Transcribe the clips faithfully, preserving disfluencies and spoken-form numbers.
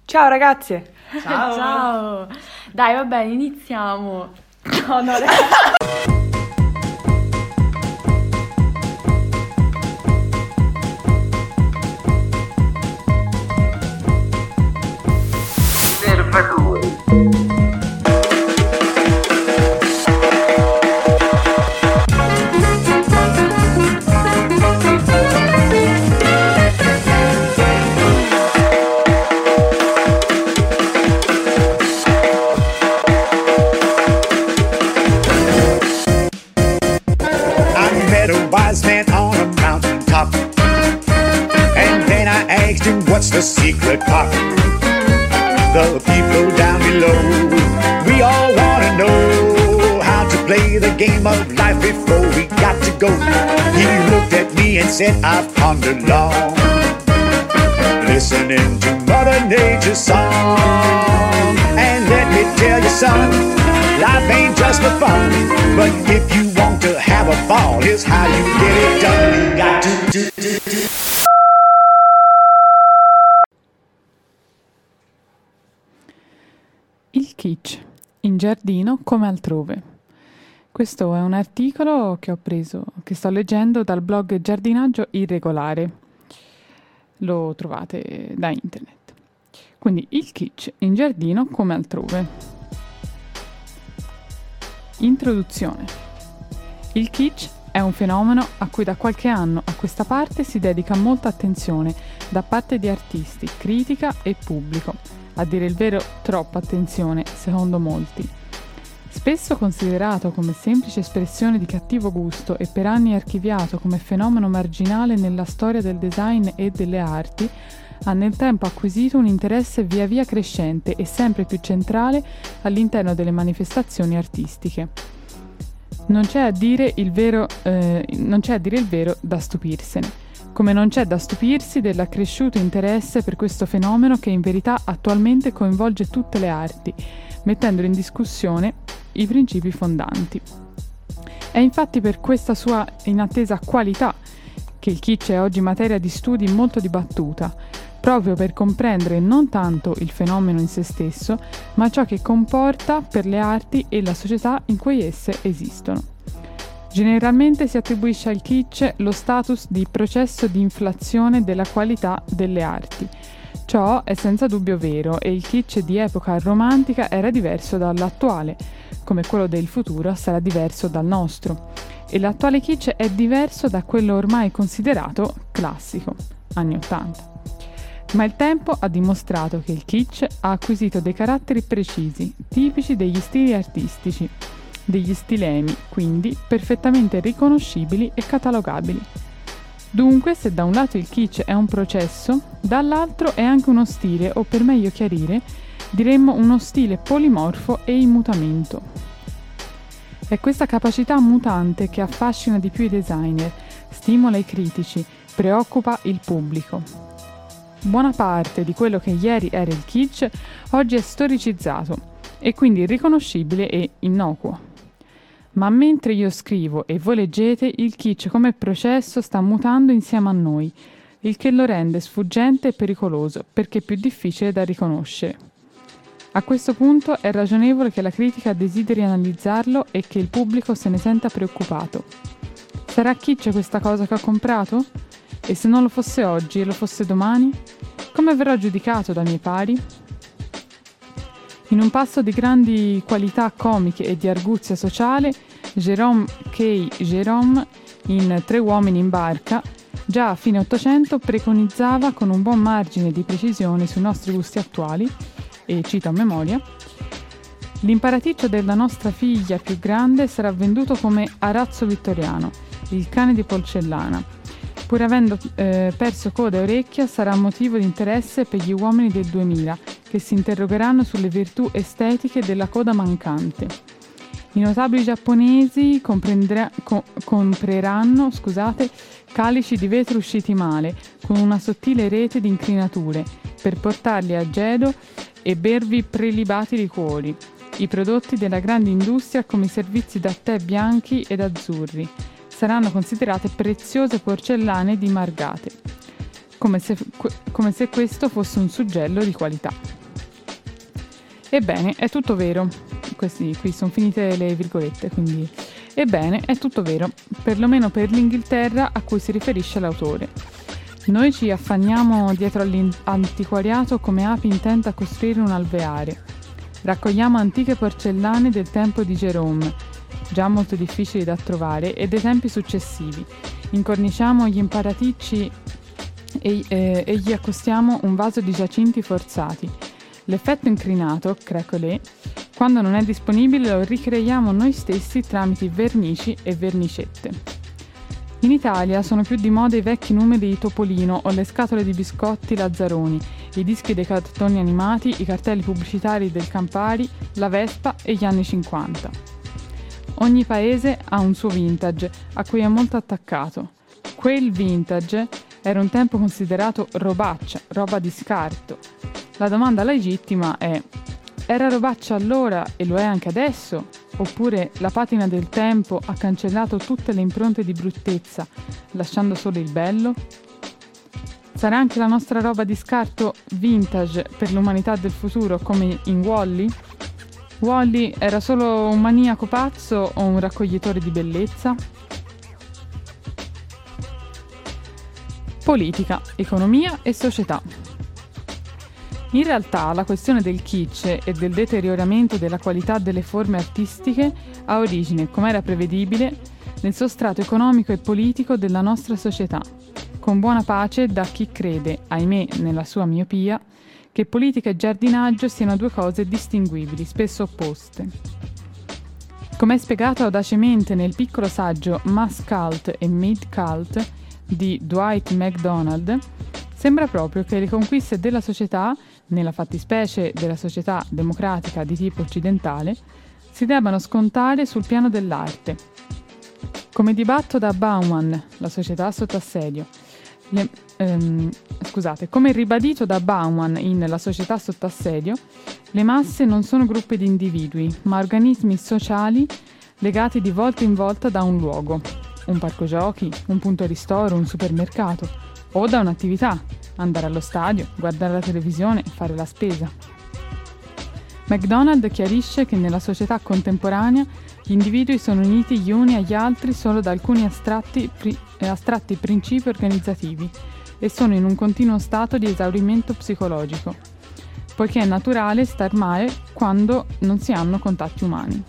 Ciao ragazze! Ciao! Ciao! Dai, va bene, iniziamo! No, no, What's the secret pop? The people down below, we all want to know how to play the game of life before we got to go. He looked at me and said, I've pondered long, listening to Mother Nature's song. And let me tell you, son, life ain't just for fun, but if you want to have a ball, here's how you get it done. You got to do, do, do. Il kitsch, in giardino come altrove. Questo è un articolo che ho preso, che sto leggendo dal blog Giardinaggio Irregolare. Lo trovate da internet. Quindi il kitsch, in giardino come altrove. Introduzione. Il kitsch è un fenomeno a cui da qualche anno a questa parte si dedica molta attenzione da parte di artisti, critica e pubblico. A dire il vero, troppa attenzione, secondo molti. Spesso considerato come semplice espressione di cattivo gusto e per anni archiviato come fenomeno marginale nella storia del design e delle arti, ha nel tempo acquisito un interesse via via crescente e sempre più centrale all'interno delle manifestazioni artistiche. Non c'è a dire il vero, eh, non c'è a dire il vero da stupirsene. Come non c'è da stupirsi dell'accresciuto interesse per questo fenomeno che in verità attualmente coinvolge tutte le arti, mettendo in discussione i principi fondanti. È infatti per questa sua inattesa qualità che il kitsch è oggi materia di studi molto dibattuta, proprio per comprendere non tanto il fenomeno in se stesso, ma ciò che comporta per le arti e la società in cui esse esistono. Generalmente si attribuisce al kitsch lo status di processo di inflazione della qualità delle arti. Ciò è senza dubbio vero e il kitsch di epoca romantica era diverso dall'attuale, come quello del futuro sarà diverso dal nostro. E l'attuale kitsch è diverso da quello ormai considerato classico, anni ottanta. Ma il tempo ha dimostrato che il kitsch ha acquisito dei caratteri precisi, tipici degli stili artistici, degli stilemi, quindi perfettamente riconoscibili e catalogabili. Dunque, se da un lato il kitsch è un processo, dall'altro è anche uno stile, o per meglio chiarire, diremmo uno stile polimorfo e in mutamento. È questa capacità mutante che affascina di più i designer, stimola i critici, preoccupa il pubblico. Buona parte di quello che ieri era il kitsch oggi è storicizzato e quindi riconoscibile e innocuo. Ma mentre io scrivo e voi leggete, il kitsch come processo sta mutando insieme a noi, il che lo rende sfuggente e pericoloso, perché più difficile da riconoscere. A questo punto è ragionevole che la critica desideri analizzarlo e che il pubblico se ne senta preoccupato. Sarà kitsch questa cosa che ho comprato? E se non lo fosse oggi e lo fosse domani? Come verrò giudicato dai miei pari? In un passo di grandi qualità comiche e di arguzia sociale, Jérôme K. Jérôme, in Tre uomini in barca, già a fine Ottocento preconizzava con un buon margine di precisione sui nostri gusti attuali, e cito a memoria, l'imparaticcio della nostra figlia più grande sarà venduto come arazzo vittoriano, il cane di porcellana. Pur avendo eh, perso coda e orecchia, sarà motivo di interesse per gli uomini del duemila, che si interrogheranno sulle virtù estetiche della coda mancante. I notabili giapponesi co- compreranno scusate, calici di vetro usciti male, con una sottile rete di incrinature, per portarli a Gedo e bervi prelibati liquori, i prodotti della grande industria come i servizi da tè bianchi ed azzurri. Saranno considerate preziose porcellane di Margate, come se, come se questo fosse un suggello di qualità. Ebbene, è tutto vero. Questi, qui sono finite le virgolette, quindi... Ebbene, è tutto vero, perlomeno per l'Inghilterra a cui si riferisce l'autore. Noi ci affanniamo dietro all'antiquariato come api intente a costruire un alveare. Raccogliamo antiche porcellane del tempo di Jerome, già molto difficili da trovare, e dei tempi successivi. Incorniciamo gli imparaticci e, eh, e gli accostiamo un vaso di giacinti forzati. L'effetto incrinato, craquelé, quando non è disponibile lo ricreiamo noi stessi tramite vernici e vernicette. In Italia sono più di moda i vecchi numeri di Topolino o le scatole di biscotti Lazzaroni, i dischi dei cartoni animati, i cartelli pubblicitari del Campari, la Vespa e gli anni cinquanta. Ogni paese ha un suo vintage a cui è molto attaccato. Quel vintage era un tempo considerato robaccia, roba di scarto. La domanda legittima è: era robaccia allora e lo è anche adesso? Oppure la patina del tempo ha cancellato tutte le impronte di bruttezza, lasciando solo il bello? Sarà anche la nostra roba di scarto vintage per l'umanità del futuro, come in Wall-E? Wall-E era solo un maniaco pazzo o un raccoglitore di bellezza? Politica, economia e società. In realtà la questione del kitsch e del deterioramento della qualità delle forme artistiche ha origine, come era prevedibile, nel sostrato economico e politico della nostra società, con buona pace da chi crede, ahimè nella sua miopia, che politica e giardinaggio siano due cose distinguibili, spesso opposte. Come è spiegato audacemente nel piccolo saggio Mass Cult e Mid Cult di Dwight MacDonald, sembra proprio che le conquiste della società, nella fattispecie della società democratica di tipo occidentale, si debbano scontare sul piano dell'arte. Come dibatto da Bauman, La società sotto assedio, le, ehm, scusate, come ribadito da Bauman in La società sotto assedio, le masse non sono gruppi di individui, ma organismi sociali legati di volta in volta da un luogo, un parco giochi, un punto ristoro, un supermercato, o da un'attività, andare allo stadio, guardare la televisione, fare la spesa. MacDonald chiarisce che nella società contemporanea gli individui sono uniti gli uni agli altri solo da alcuni astratti, pri- astratti principi organizzativi e sono in un continuo stato di esaurimento psicologico, poiché è naturale star male quando non si hanno contatti umani.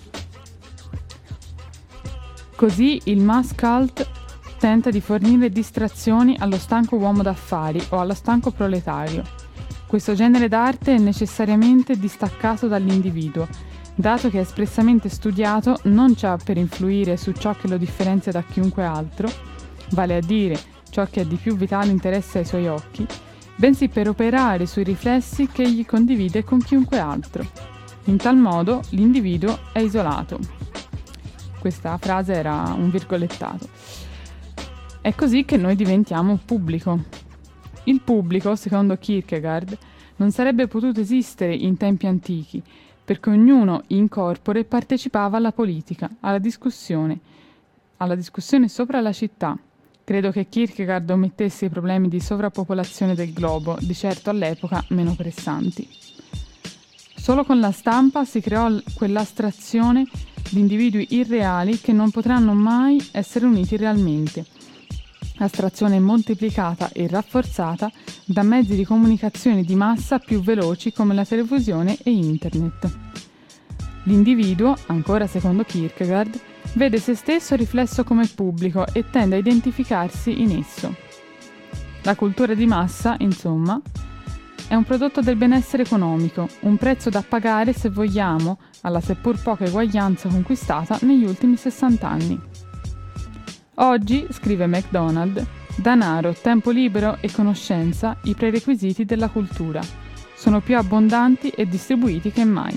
Così il mass cult tenta di fornire distrazioni allo stanco uomo d'affari o allo stanco proletario. Questo genere d'arte è necessariamente distaccato dall'individuo, dato che è espressamente studiato non già per influire su ciò che lo differenzia da chiunque altro, vale a dire ciò che ha di più vitale interesse ai suoi occhi, bensì per operare sui riflessi che egli condivide con chiunque altro. In tal modo l'individuo è isolato. Questa frase era un virgolettato. È così che noi diventiamo pubblico. Il pubblico, secondo Kierkegaard, non sarebbe potuto esistere in tempi antichi, perché ognuno in corpore partecipava alla politica, alla discussione, alla discussione sopra la città. Credo che Kierkegaard omettesse i problemi di sovrappopolazione del globo, di certo all'epoca meno pressanti. Solo con la stampa si creò quell'astrazione di individui irreali che non potranno mai essere uniti realmente. Astrazione moltiplicata e rafforzata da mezzi di comunicazione di massa più veloci come la televisione e internet. L'individuo, ancora secondo Kierkegaard, vede se stesso riflesso come pubblico e tende a identificarsi in esso. La cultura di massa, insomma, è un prodotto del benessere economico, un prezzo da pagare se vogliamo alla seppur poca eguaglianza conquistata negli ultimi sessanta anni. Oggi, scrive MacDonald, danaro, tempo libero e conoscenza, i prerequisiti della cultura, sono più abbondanti e distribuiti che mai.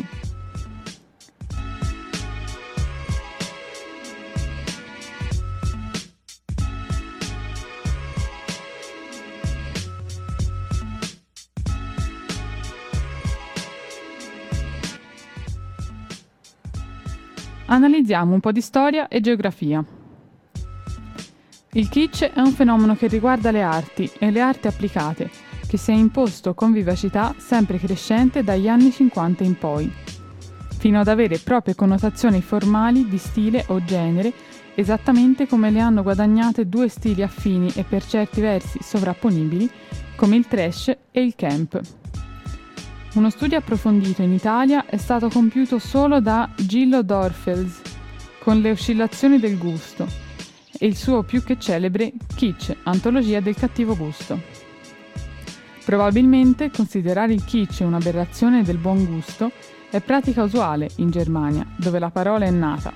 Analizziamo un po' di storia e geografia. Il kitsch è un fenomeno che riguarda le arti e le arti applicate, che si è imposto con vivacità sempre crescente dagli anni cinquanta in poi, fino ad avere proprie connotazioni formali di stile o genere, esattamente come le hanno guadagnate due stili affini e per certi versi sovrapponibili, come il trash e il camp. Uno studio approfondito in Italia è stato compiuto solo da Gillo Dorfels, con Le oscillazioni del gusto, e il suo più che celebre Kitsch, antologia del cattivo gusto. Probabilmente considerare il kitsch un'aberrazione del buon gusto è pratica usuale in Germania, dove la parola è nata.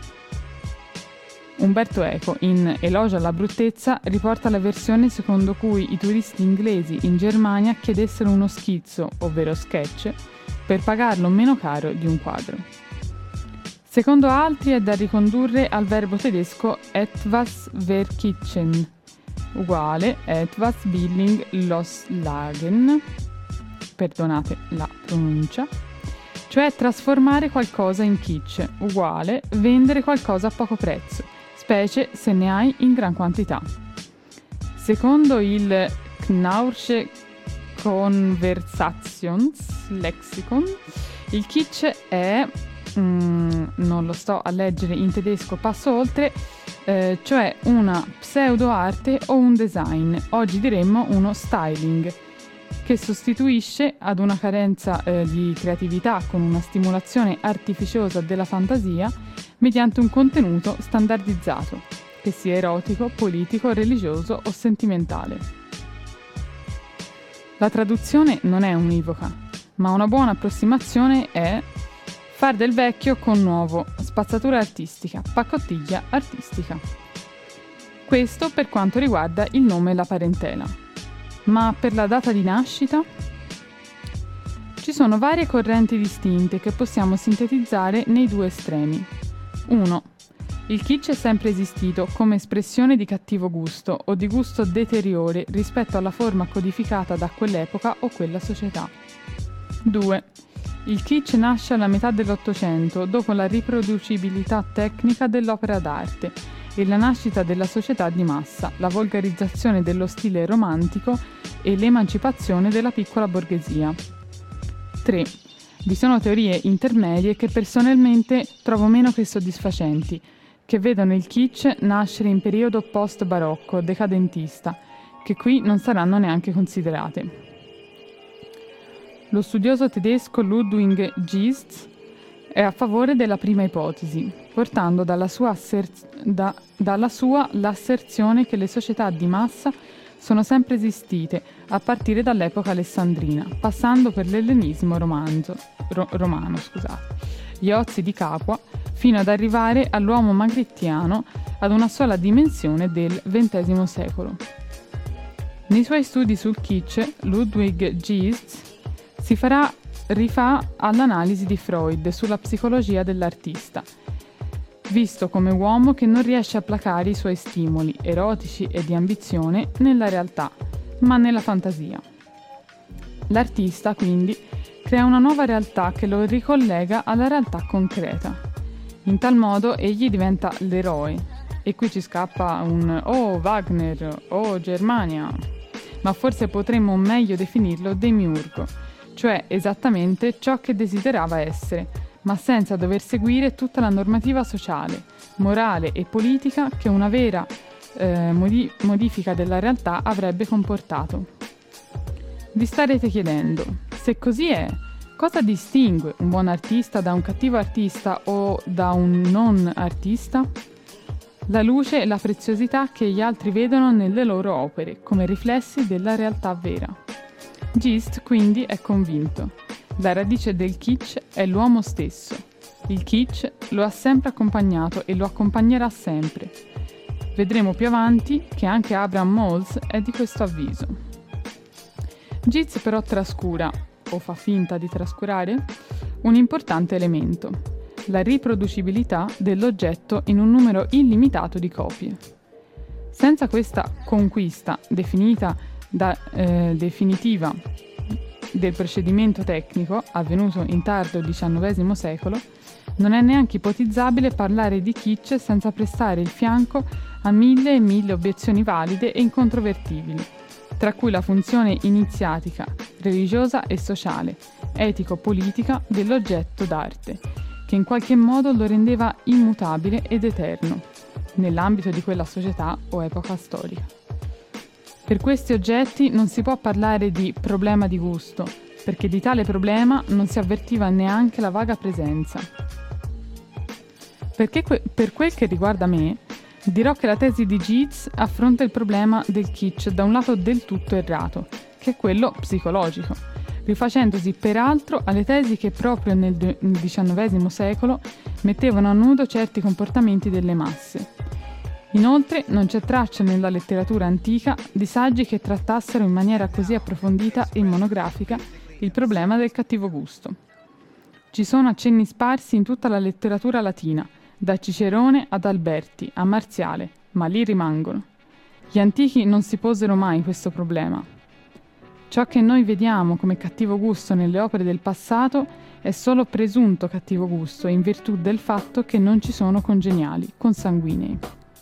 Umberto Eco, in Elogio alla bruttezza, riporta la versione secondo cui i turisti inglesi in Germania chiedessero uno schizzo, ovvero sketch, per pagarlo meno caro di un quadro. Secondo altri è da ricondurre al verbo tedesco etwas verkitchen, uguale etwas billig loslagen, perdonate la pronuncia, cioè trasformare qualcosa in kitsch, uguale vendere qualcosa a poco prezzo, specie se ne hai in gran quantità. Secondo il Knaursche Konversationslexikon, il kitsch è, mm, non lo sto a leggere in tedesco, passo oltre, eh, cioè una pseudo-arte o un design, oggi diremmo uno styling, che sostituisce ad una carenza eh, di creatività con una stimolazione artificiosa della fantasia mediante un contenuto standardizzato, che sia erotico, politico, religioso o sentimentale. La traduzione non è univoca, ma una buona approssimazione è far del vecchio con nuovo, spazzatura artistica, pacottiglia artistica. Questo per quanto riguarda il nome e la parentela. Ma per la data di nascita? Ci sono varie correnti distinte che possiamo sintetizzare nei due estremi. uno. Il kitsch è sempre esistito come espressione di cattivo gusto o di gusto deteriore rispetto alla forma codificata da quell'epoca o quella società. due. Il kitsch nasce alla metà dell'Ottocento, dopo la riproducibilità tecnica dell'opera d'arte e la nascita della società di massa, la volgarizzazione dello stile romantico e l'emancipazione della piccola borghesia. tre. Vi sono teorie intermedie che personalmente trovo meno che soddisfacenti, che vedono il kitsch nascere in periodo post-barocco, decadentista, che qui non saranno neanche considerate. Lo studioso tedesco Ludwig Giest è a favore della prima ipotesi, portando dalla sua, asser- da, dalla sua l'asserzione che le società di massa sono sempre esistite, a partire dall'epoca alessandrina, passando per l'ellenismo romanzo, ro- romano, scusate, gli ozi di Capua, fino ad arrivare all'uomo magrittiano ad una sola dimensione del ventesimo secolo. Nei suoi studi sul kitsch, Ludwig Giest si farà rifà all'analisi di Freud sulla psicologia dell'artista, visto come uomo che non riesce a placare i suoi stimoli erotici e di ambizione nella realtà, ma nella fantasia. L'artista, quindi, crea una nuova realtà che lo ricollega alla realtà concreta. In tal modo egli diventa l'eroe, e qui ci scappa un «Oh, Wagner! Oh, Germania!», ma forse potremmo meglio definirlo demiurgo, cioè esattamente ciò che desiderava essere, ma senza dover seguire tutta la normativa sociale, morale e politica che una vera eh, modi- modifica della realtà avrebbe comportato. Vi starete chiedendo, se così è, cosa distingue un buon artista da un cattivo artista o da un non artista? La luce e la preziosità che gli altri vedono nelle loro opere, come riflessi della realtà vera. Giest quindi è convinto. La radice del kitsch è l'uomo stesso. Il kitsch lo ha sempre accompagnato e lo accompagnerà sempre. Vedremo più avanti che anche Abraham Moles è di questo avviso. Giest però trascura, o fa finta di trascurare, un importante elemento, la riproducibilità dell'oggetto in un numero illimitato di copie. Senza questa conquista definita da eh, definitiva del procedimento tecnico, avvenuto in tardo diciannovesimo secolo, non è neanche ipotizzabile parlare di kitsch senza prestare il fianco a mille e mille obiezioni valide e incontrovertibili, tra cui la funzione iniziatica, religiosa e sociale, etico-politica dell'oggetto d'arte, che in qualche modo lo rendeva immutabile ed eterno, nell'ambito di quella società o epoca storica. Per questi oggetti non si può parlare di problema di gusto, perché di tale problema non si avvertiva neanche la vaga presenza. Perché que- per quel che riguarda me, dirò che la tesi di Gietz affronta il problema del kitsch da un lato del tutto errato, che è quello psicologico, rifacendosi peraltro alle tesi che proprio nel diciannovesimo secolo mettevano a nudo certi comportamenti delle masse. Inoltre non c'è traccia nella letteratura antica di saggi che trattassero in maniera così approfondita e monografica il problema del cattivo gusto. Ci sono accenni sparsi in tutta la letteratura latina, da Cicerone ad Alberti, a Marziale, ma lì rimangono. Gli antichi non si posero mai questo problema. Ciò che noi vediamo come cattivo gusto nelle opere del passato è solo presunto cattivo gusto in virtù del fatto che non ci sono congeniali, consanguinei.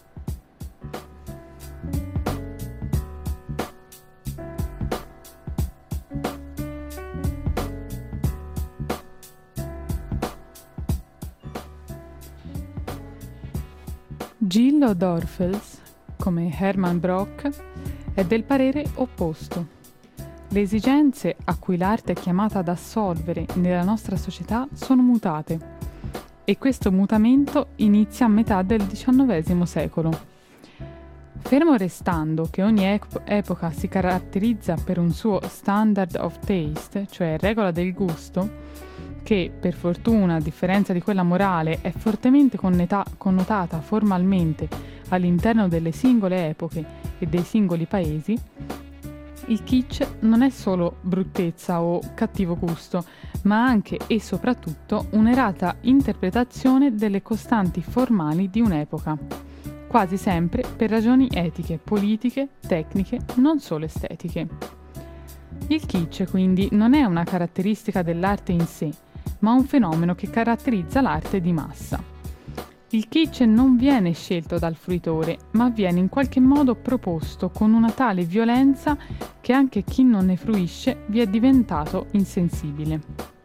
Gillo Dorfels, come Hermann Brock, è del parere opposto. Le esigenze a cui l'arte è chiamata ad assolvere nella nostra società sono mutate e questo mutamento inizia a metà del diciannovesimo secolo. Fermo restando che ogni ep- epoca si caratterizza per un suo standard of taste, cioè regola del gusto, che per fortuna, a differenza di quella morale, è fortemente conneta- connotata formalmente all'interno delle singole epoche e dei singoli paesi, il kitsch non è solo bruttezza o cattivo gusto, ma anche e soprattutto un'errata interpretazione delle costanti formali di un'epoca, quasi sempre per ragioni etiche, politiche, tecniche, non solo estetiche. Il kitsch, quindi, non è una caratteristica dell'arte in sé, ma un fenomeno che caratterizza l'arte di massa. Il kitsch non viene scelto dal fruitore, ma viene in qualche modo proposto con una tale violenza che anche chi non ne fruisce vi è diventato insensibile.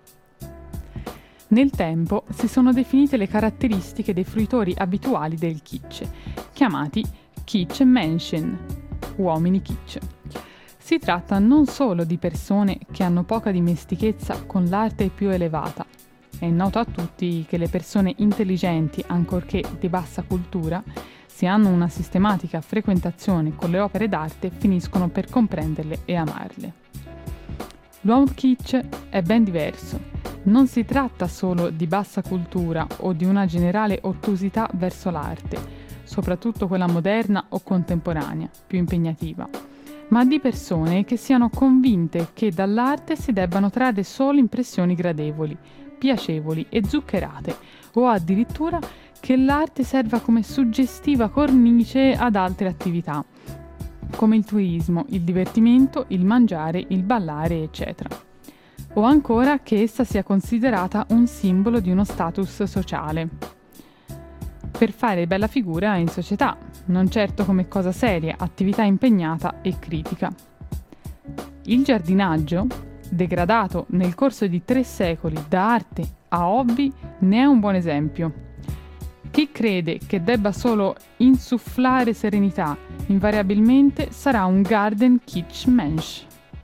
Nel tempo si sono definite le caratteristiche dei fruitori abituali del kitsch, chiamati Kitschmenschen, uomini kitsch. Si tratta non solo di persone che hanno poca dimestichezza con l'arte più elevata. È noto a tutti che le persone intelligenti, ancorché di bassa cultura, se hanno una sistematica frequentazione con le opere d'arte, finiscono per comprenderle e amarle. L'uomo kitsch è ben diverso. Non si tratta solo di bassa cultura o di una generale ottusità verso l'arte, soprattutto quella moderna o contemporanea, più impegnativa, ma di persone che siano convinte che dall'arte si debbano trarre solo impressioni gradevoli, piacevoli e zuccherate, o addirittura che l'arte serva come suggestiva cornice ad altre attività, come il turismo, il divertimento, il mangiare, il ballare, eccetera. O ancora che essa sia considerata un simbolo di uno status sociale, per fare bella figura in società, non certo come cosa seria, attività impegnata e critica. Il giardinaggio, degradato nel corso di tre secoli da arte a hobby, ne è un buon esempio. Chi crede che debba solo insufflare serenità, invariabilmente sarà un Garden Kitschmensch.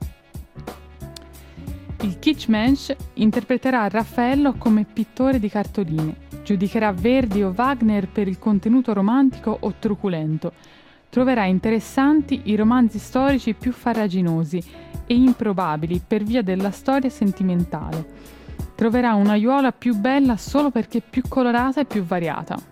Il Kitschmensch interpreterà Raffaello come pittore di cartoline, giudicherà Verdi o Wagner per il contenuto romantico o truculento, troverà interessanti i romanzi storici più farraginosi e improbabili per via della storia sentimentale, troverà un'aiuola più bella solo perché più colorata e più variata.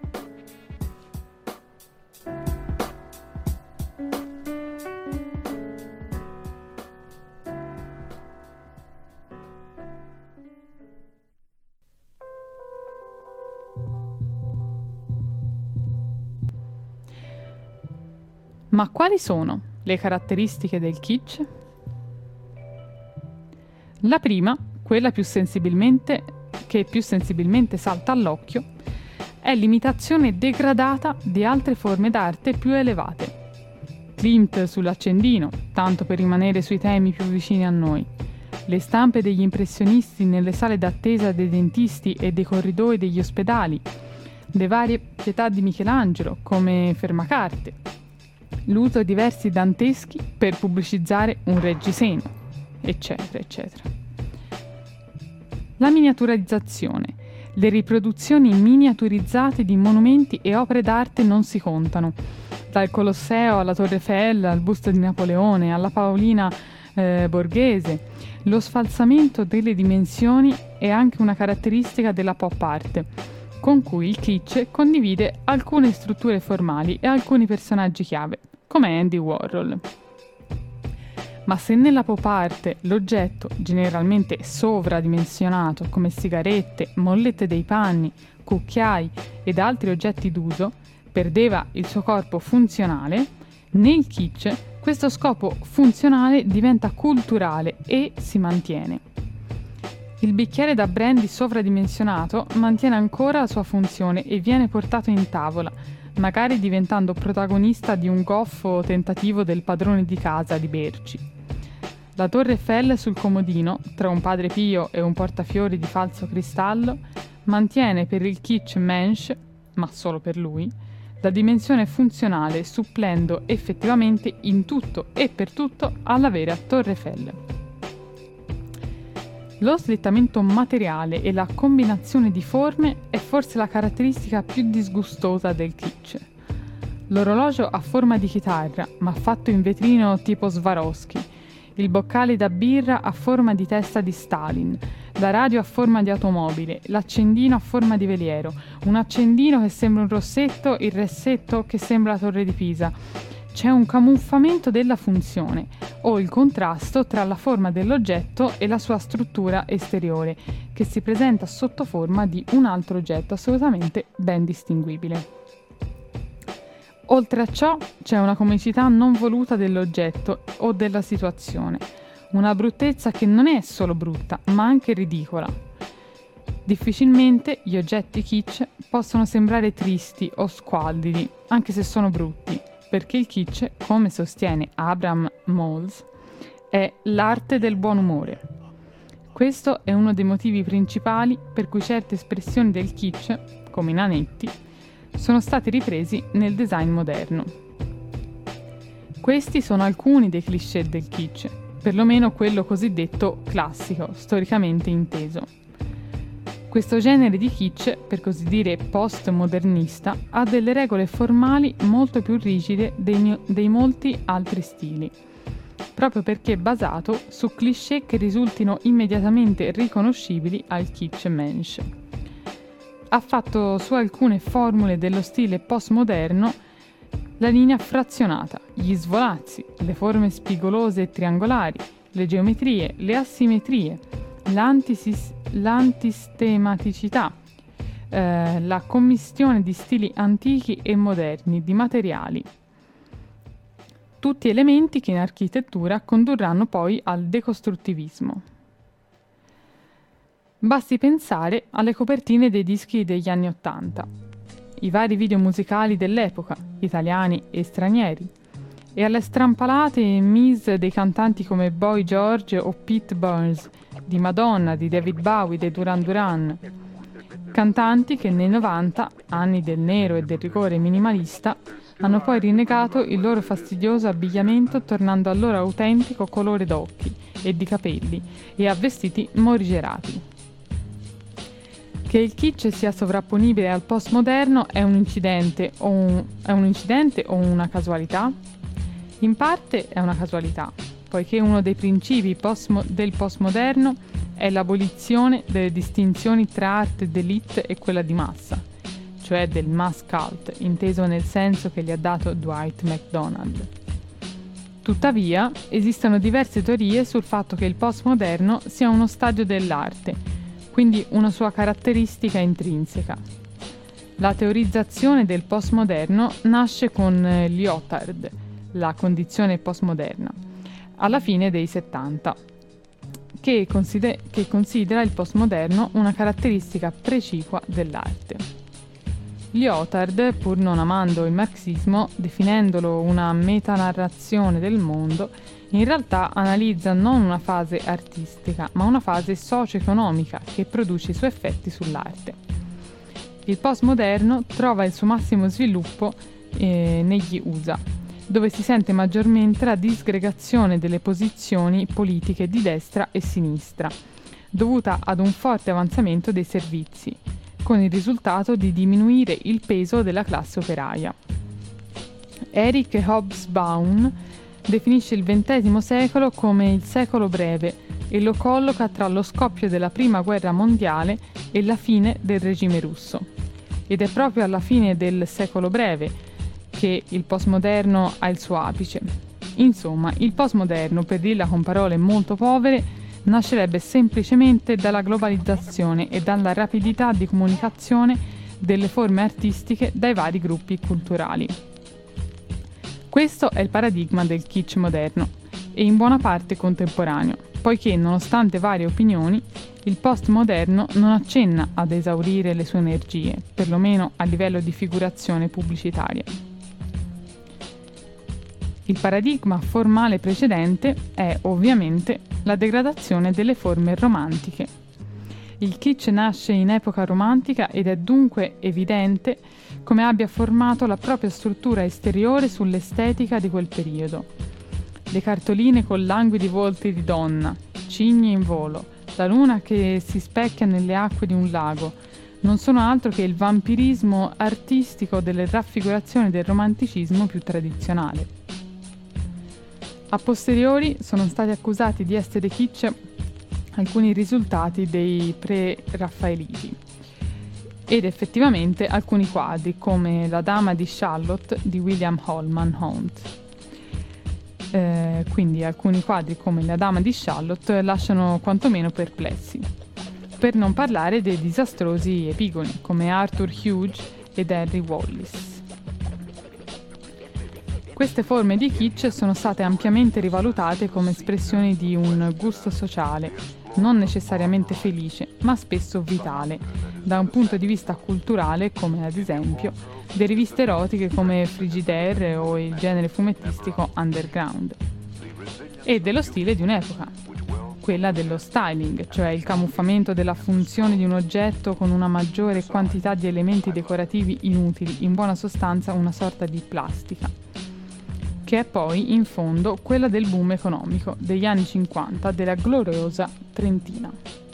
Ma quali sono le caratteristiche del kitsch? La prima, quella più sensibilmente, che più sensibilmente salta all'occhio, è l'imitazione degradata di altre forme d'arte più elevate. Klimt sull'accendino, tanto per rimanere sui temi più vicini a noi. Le stampe degli impressionisti nelle sale d'attesa dei dentisti e dei corridoi degli ospedali, le varie pietà di Michelangelo come fermacarte, l'uso di versi danteschi per pubblicizzare un reggiseno, eccetera, eccetera. La miniaturizzazione. Le riproduzioni miniaturizzate di monumenti e opere d'arte non si contano. Dal Colosseo alla Torre Eiffel, al busto di Napoleone, alla Paolina eh, Borghese. Lo sfalsamento delle dimensioni è anche una caratteristica della pop art, con cui il kitsch condivide alcune strutture formali e alcuni personaggi chiave, come Andy Warhol. Ma se nella pop art l'oggetto, generalmente sovradimensionato come sigarette, mollette dei panni, cucchiai ed altri oggetti d'uso, perdeva il suo corpo funzionale, nel kitsch questo scopo funzionale diventa culturale e si mantiene. Il bicchiere da brandy sovradimensionato mantiene ancora la sua funzione e viene portato in tavola, magari diventando protagonista di un goffo tentativo del padrone di casa di berci. La Torre Eiffel sul comodino, tra un Padre Pio e un portafiori di falso cristallo, mantiene per il kitsch mensch, ma solo per lui, la dimensione funzionale, supplendo effettivamente in tutto e per tutto alla vera Torre Eiffel. Lo slittamento materiale e la combinazione di forme è forse la caratteristica più disgustosa del kitsch. L'orologio a forma di chitarra, ma fatto in vetrino tipo Swarovski, il boccale da birra a forma di testa di Stalin, la radio a forma di automobile, l'accendino a forma di veliero, un accendino che sembra un rossetto, il ressetto che sembra la Torre di Pisa. C'è un camuffamento della funzione o il contrasto tra la forma dell'oggetto e la sua struttura esteriore, che si presenta sotto forma di un altro oggetto assolutamente ben distinguibile. Oltre a ciò c'è una comicità non voluta dell'oggetto o della situazione, una bruttezza che non è solo brutta, ma anche ridicola. Difficilmente gli oggetti kitsch possono sembrare tristi o squallidi, anche se sono brutti, perché il kitsch, come sostiene Abraham Moles, è l'arte del buon umore. Questo è uno dei motivi principali per cui certe espressioni del kitsch, come i nanetti, sono stati ripresi nel design moderno. Questi sono alcuni dei cliché del kitsch, perlomeno quello cosiddetto classico, storicamente inteso. Questo genere di kitsch, per così dire postmodernista, ha delle regole formali molto più rigide dei, dei molti altri stili, proprio perché è basato su cliché che risultino immediatamente riconoscibili al kitsch mensch. Ha fatto su alcune formule dello stile postmoderno la linea frazionata, gli svolazzi, le forme spigolose e triangolari, le geometrie, le asimmetrie, l'antisis- l'antisistematicità, eh, la commistione di stili antichi e moderni, di materiali. Tutti elementi che in architettura condurranno poi al decostruttivismo. Basti pensare alle copertine dei dischi degli anni Ottanta, i vari video musicali dell'epoca, italiani e stranieri, e alle strampalate mise dei cantanti come Boy George o Pete Burns, di Madonna, di David Bowie, dei Duran Duran. Cantanti che nei novanta, anni del nero e del rigore minimalista, hanno poi rinnegato il loro fastidioso abbigliamento tornando al loro autentico colore d'occhi e di capelli e a vestiti morigerati. Che il kitsch sia sovrapponibile al postmoderno è un incidente o, un, è un incidente o una casualità? In parte è una casualità, poiché uno dei principi postmo- del postmoderno è l'abolizione delle distinzioni tra arte d'élite e quella di massa, cioè del mass cult, inteso nel senso che gli ha dato Dwight MacDonald. Tuttavia, esistono diverse teorie sul fatto che il postmoderno sia uno stadio dell'arte, quindi una sua caratteristica intrinseca. La teorizzazione del postmoderno nasce con Lyotard, la condizione postmoderna, alla fine dei settanta, che, consider- che considera il postmoderno una caratteristica precipua dell'arte. Lyotard, pur non amando il marxismo, definendolo una metanarrazione del mondo, in realtà analizza non una fase artistica, ma una fase socio-economica che produce i suoi effetti sull'arte. Il postmoderno trova il suo massimo sviluppo eh, negli U S A, dove si sente maggiormente la disgregazione delle posizioni politiche di destra e sinistra, dovuta ad un forte avanzamento dei servizi, con il risultato di diminuire il peso della classe operaia. Eric Hobsbawm definisce il ventesimo secolo come il secolo breve e lo colloca tra lo scoppio della Prima Guerra Mondiale e la fine del regime russo. Ed è proprio alla fine del secolo breve che il postmoderno ha il suo apice. Insomma, il postmoderno, per dirla con parole molto povere, nascerebbe semplicemente dalla globalizzazione e dalla rapidità di comunicazione delle forme artistiche dai vari gruppi culturali. Questo è il paradigma del kitsch moderno e in buona parte contemporaneo, poiché, nonostante varie opinioni, il postmoderno non accenna ad esaurire le sue energie, perlomeno a livello di figurazione pubblicitaria. Il paradigma formale precedente è, ovviamente, la degradazione delle forme romantiche. Il kitsch nasce in epoca romantica ed è dunque evidente come abbia formato la propria struttura esteriore sull'estetica di quel periodo. Le cartoline con languidi volti di donna, cigni in volo, la luna che si specchia nelle acque di un lago, non sono altro che il vampirismo artistico delle raffigurazioni del romanticismo più tradizionale. A posteriori sono stati accusati di essere kitsch alcuni risultati dei pre-raffaeliti ed effettivamente alcuni quadri come La Dama di Shalott di William Holman Hunt. Eh, quindi alcuni quadri come La Dama di Shalott lasciano quantomeno perplessi, per non parlare dei disastrosi epigoni come Arthur Hughes ed Henry Wallis. Queste forme di kitsch sono state ampiamente rivalutate come espressioni di un gusto sociale, non necessariamente felice, ma spesso vitale, da un punto di vista culturale, come ad esempio le riviste erotiche come Frigidaire o il genere fumettistico underground, e dello stile di un'epoca, quella dello styling, cioè il camuffamento della funzione di un oggetto con una maggiore quantità di elementi decorativi inutili, in buona sostanza una sorta di plastica, che è poi, in fondo, quella del boom economico degli anni cinquanta della gloriosa Trentina.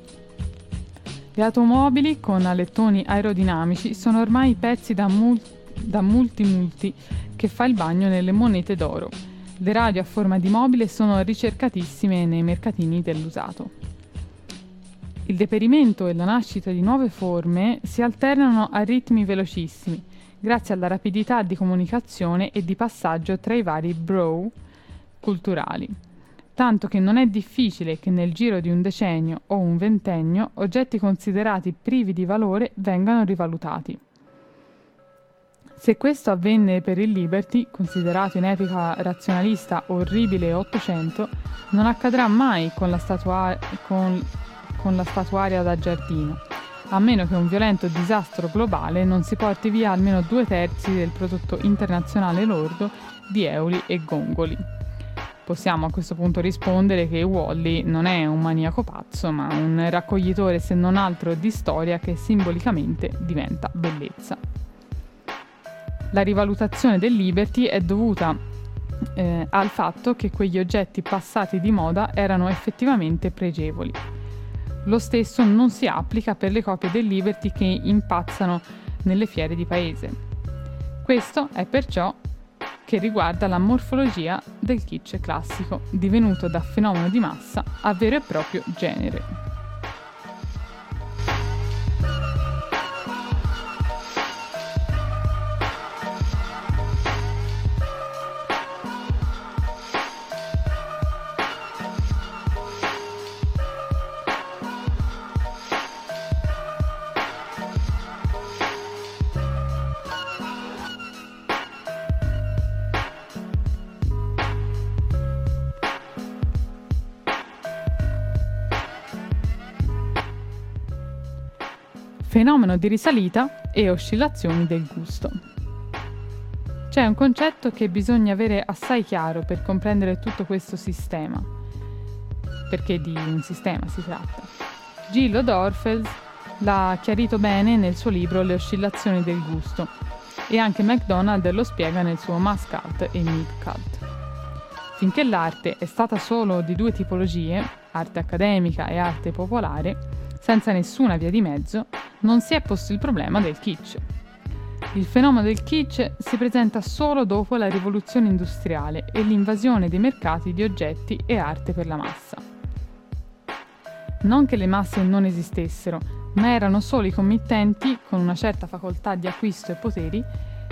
Le automobili con alettoni aerodinamici sono ormai pezzi da, mul- da multi-multi che fa il bagno nelle monete d'oro. Le radio a forma di mobile sono ricercatissime nei mercatini dell'usato. Il deperimento e la nascita di nuove forme si alternano a ritmi velocissimi, grazie alla rapidità di comunicazione e di passaggio tra i vari brow culturali, tanto che non è difficile che nel giro di un decennio o un ventennio oggetti considerati privi di valore vengano rivalutati. Se questo avvenne per il Liberty, considerato in epoca razionalista orribile Ottocento, non accadrà mai con la, statua- con, con la statuaria da giardino, a meno che un violento disastro globale non si porti via almeno due terzi del prodotto internazionale lordo di euli e gongoli. Possiamo a questo punto rispondere che Wall-E non è un maniaco pazzo, ma un raccoglitore se non altro di storia che simbolicamente diventa bellezza. La rivalutazione del Liberty è dovuta eh, al fatto che quegli oggetti passati di moda erano effettivamente pregevoli. Lo stesso non si applica per le copie del Liberty che impazzano nelle fiere di paese. Questo è perciò che riguarda la morfologia del kitsch classico, divenuto da fenomeno di massa a vero e proprio genere. Fenomeno di risalita e oscillazioni del gusto. C'è un concetto che bisogna avere assai chiaro per comprendere tutto questo sistema, perché di un sistema si tratta. Gillo Dorfels l'ha chiarito bene nel suo libro Le oscillazioni del gusto, e anche MacDonald lo spiega nel suo Mass Cult e Mid Cult. Finché l'arte è stata solo di due tipologie, arte accademica e arte popolare, senza nessuna via di mezzo, non si è posto il problema del kitsch. Il fenomeno del kitsch si presenta solo dopo la rivoluzione industriale e l'invasione dei mercati di oggetti e arte per la massa. Non che le masse non esistessero, ma erano solo i committenti, con una certa facoltà di acquisto e poteri,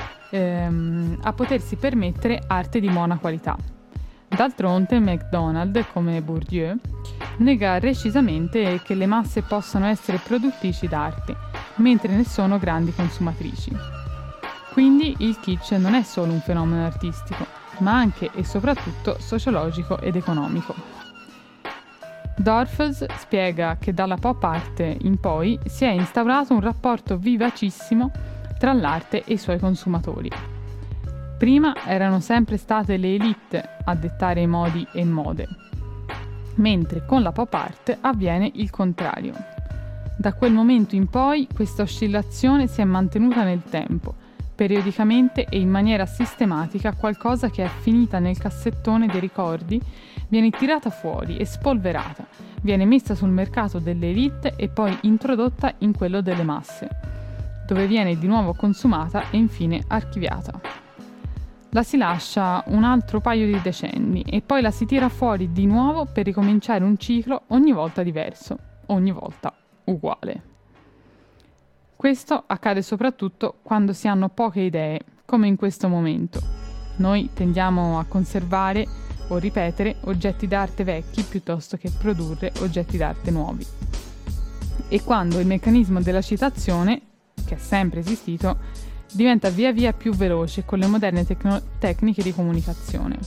ehm, a potersi permettere arte di buona qualità. D'altronde MacDonald, come Bourdieu, nega recisamente che le masse possano essere produttrici d'arte, mentre ne sono grandi consumatrici. Quindi il kitsch non è solo un fenomeno artistico, ma anche e soprattutto sociologico ed economico. Dorfels spiega che dalla pop art in poi si è instaurato un rapporto vivacissimo tra l'arte e i suoi consumatori. Prima erano sempre state le élite a dettare i modi e mode, mentre con la pop art avviene il contrario. Da quel momento in poi questa oscillazione si è mantenuta nel tempo, periodicamente e in maniera sistematica. Qualcosa che è finita nel cassettone dei ricordi viene tirata fuori e spolverata, viene messa sul mercato delle élite e poi introdotta in quello delle masse, dove viene di nuovo consumata e infine archiviata. La si lascia un altro paio di decenni e poi la si tira fuori di nuovo per ricominciare un ciclo ogni volta diverso, ogni volta uguale. Questo accade soprattutto quando si hanno poche idee, come in questo momento. Noi tendiamo a conservare o ripetere oggetti d'arte vecchi piuttosto che produrre oggetti d'arte nuovi. E quando il meccanismo della citazione, che è sempre esistito, diventa via via più veloce con le moderne tecno- tecniche di comunicazione.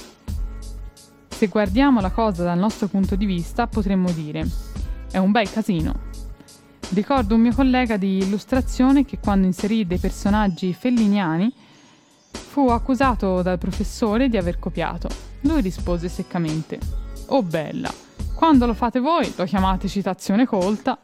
Se guardiamo la cosa dal nostro punto di vista, potremmo dire: è un bel casino. Ricordo un mio collega di illustrazione che, quando inserì dei personaggi felliniani, fu accusato dal professore di aver copiato. Lui rispose seccamente: «Oh bella, quando lo fate voi lo chiamate citazione colta».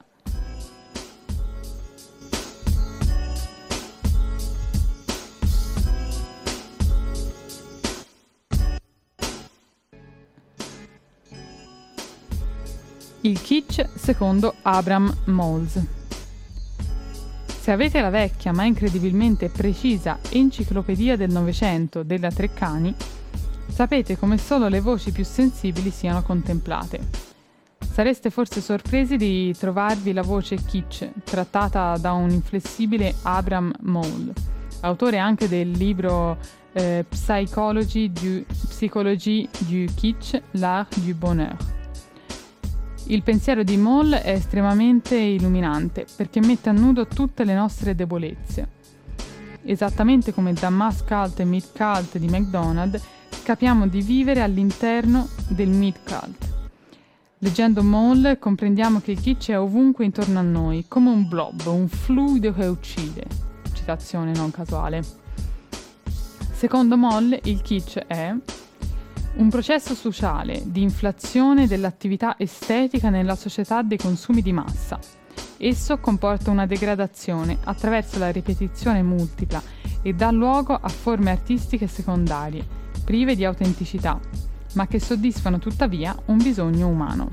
Il kitsch secondo Abraham Moles. Se avete la vecchia ma incredibilmente precisa Enciclopedia del Novecento della Treccani, sapete come solo le voci più sensibili siano contemplate. Sareste forse sorpresi di trovarvi la voce kitsch trattata da un inflessibile Abraham Moles, autore anche del libro eh, Psychologie du, Psychologie du kitsch, l'art du bonheur. Il pensiero di Moll è estremamente illuminante perché mette a nudo tutte le nostre debolezze. Esattamente come da Mass Cult e Mid Cult di MacDonald, capiamo di vivere all'interno del Mid Cult. Leggendo Moll comprendiamo che il kitsch è ovunque intorno a noi, come un blob, un fluido che uccide. Citazione non casuale. Secondo Moll, il kitsch è un processo sociale di inflazione dell'attività estetica nella società dei consumi di massa. Esso comporta una degradazione attraverso la ripetizione multipla e dà luogo a forme artistiche secondarie, prive di autenticità, ma che soddisfano tuttavia un bisogno umano.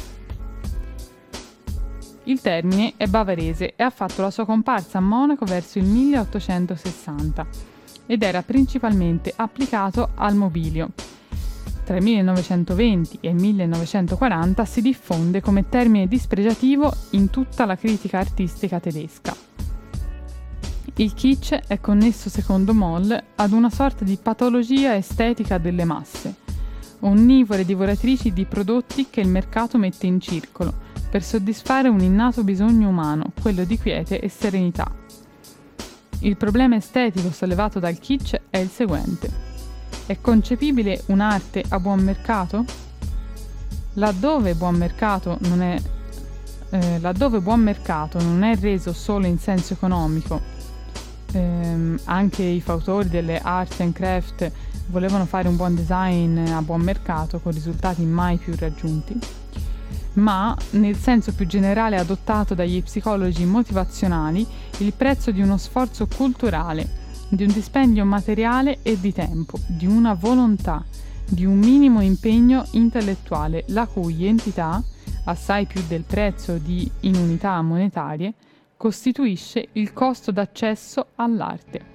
Il termine è bavarese e ha fatto la sua comparsa a Monaco verso il milleottocentosessanta ed era principalmente applicato al mobilio. Tra il millenovecentoventi e il millenovecentoquaranta si diffonde come termine dispregiativo in tutta la critica artistica tedesca. Il kitsch è connesso, secondo Moll, ad una sorta di patologia estetica delle masse, onnivore divoratrici di prodotti che il mercato mette in circolo per soddisfare un innato bisogno umano, quello di quiete e serenità. Il problema estetico sollevato dal kitsch è il seguente: è concepibile un'arte a buon mercato? Laddove buon mercato non è eh, laddove buon mercato non è reso solo in senso economico, ehm, anche i fautori delle arts and craft volevano fare un buon design a buon mercato con risultati mai più raggiunti, ma nel senso più generale adottato dagli psicologi motivazionali, il prezzo di uno sforzo culturale, di un dispendio materiale e di tempo, di una volontà, di un minimo impegno intellettuale, la cui entità, assai più del prezzo di in unità monetarie, costituisce il costo d'accesso all'arte.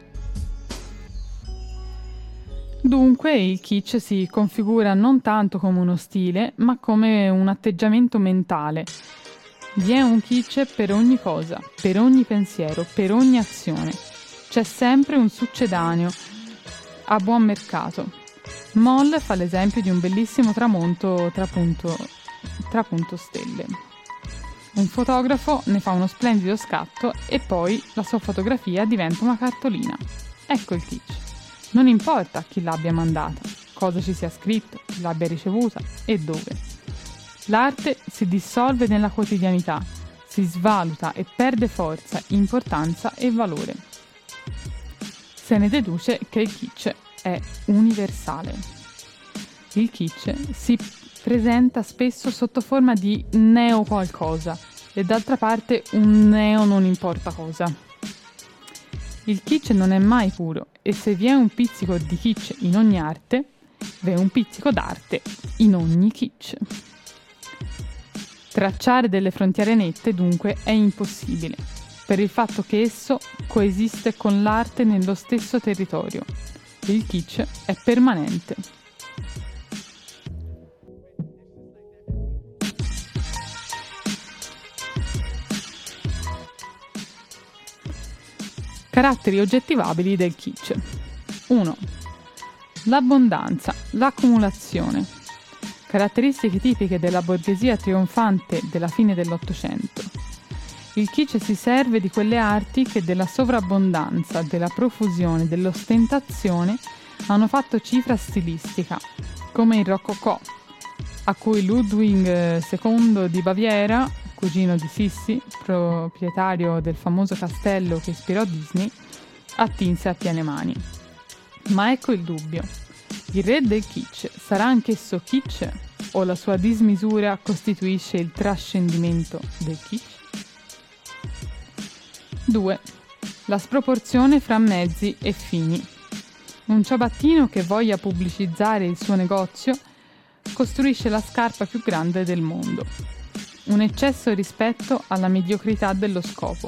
Dunque il kitsch si configura non tanto come uno stile, ma come un atteggiamento mentale. Vi è un kitsch per ogni cosa, per ogni pensiero, per ogni azione. C'è sempre un succedaneo a buon mercato. Moll fa l'esempio di un bellissimo tramonto tra punto, tra punto stelle. Un fotografo ne fa uno splendido scatto e poi la sua fotografia diventa una cartolina. Ecco il kitsch. Non importa chi l'abbia mandata, cosa ci sia scritto, chi l'abbia ricevuta e dove. L'arte si dissolve nella quotidianità, si svaluta e perde forza, importanza e valore. Se ne deduce che il kitsch è universale. Il kitsch si presenta spesso sotto forma di neo qualcosa e d'altra parte un neo non importa cosa. Il kitsch non è mai puro e se vi è un pizzico di kitsch in ogni arte, vi è un pizzico d'arte in ogni kitsch. Tracciare delle frontiere nette dunque è impossibile, per il fatto che esso coesiste con l'arte nello stesso territorio. Il kitsch è permanente. Caratteri oggettivabili del kitsch. uno. L'abbondanza, l'accumulazione. Caratteristiche tipiche della borghesia trionfante della fine dell'Ottocento. Il kitsch si serve di quelle arti che della sovrabbondanza, della profusione, dell'ostentazione hanno fatto cifra stilistica, come il Rococò, a cui Ludwig secondo di Baviera, cugino di Sissi, proprietario del famoso castello che ispirò Disney, attinse a piene mani. Ma ecco il dubbio. Il re del kitsch sarà anch'esso kitsch o la sua dismisura costituisce il trascendimento del kitsch? due. La sproporzione fra mezzi e fini. Un ciabattino che voglia pubblicizzare il suo negozio costruisce la scarpa più grande del mondo. Un eccesso rispetto alla mediocrità dello scopo.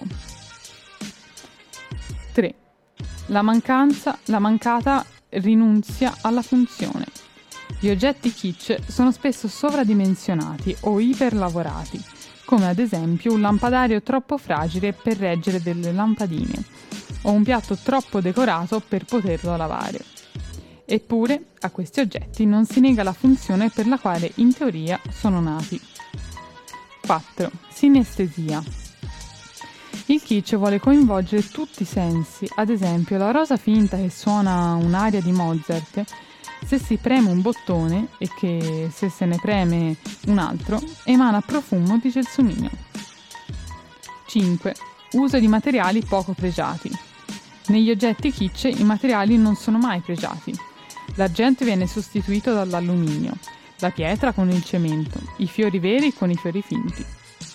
tre. La mancanza, la mancata rinunzia alla funzione. Gli oggetti kitsch sono spesso sovradimensionati o iperlavorati, come ad esempio un lampadario troppo fragile per reggere delle lampadine o un piatto troppo decorato per poterlo lavare. Eppure a questi oggetti non si nega la funzione per la quale in teoria sono nati. quattro. Sinestesia. Il kitsch vuole coinvolgere tutti i sensi, ad esempio la rosa finta che suona un'aria di Mozart, se si preme un bottone e che se se ne preme un altro, emana profumo di gelsomino. cinque. Uso di materiali poco pregiati. Negli oggetti kitsch i materiali non sono mai pregiati. L'argento viene sostituito dall'alluminio, la pietra con il cemento, i fiori veri con i fiori finti.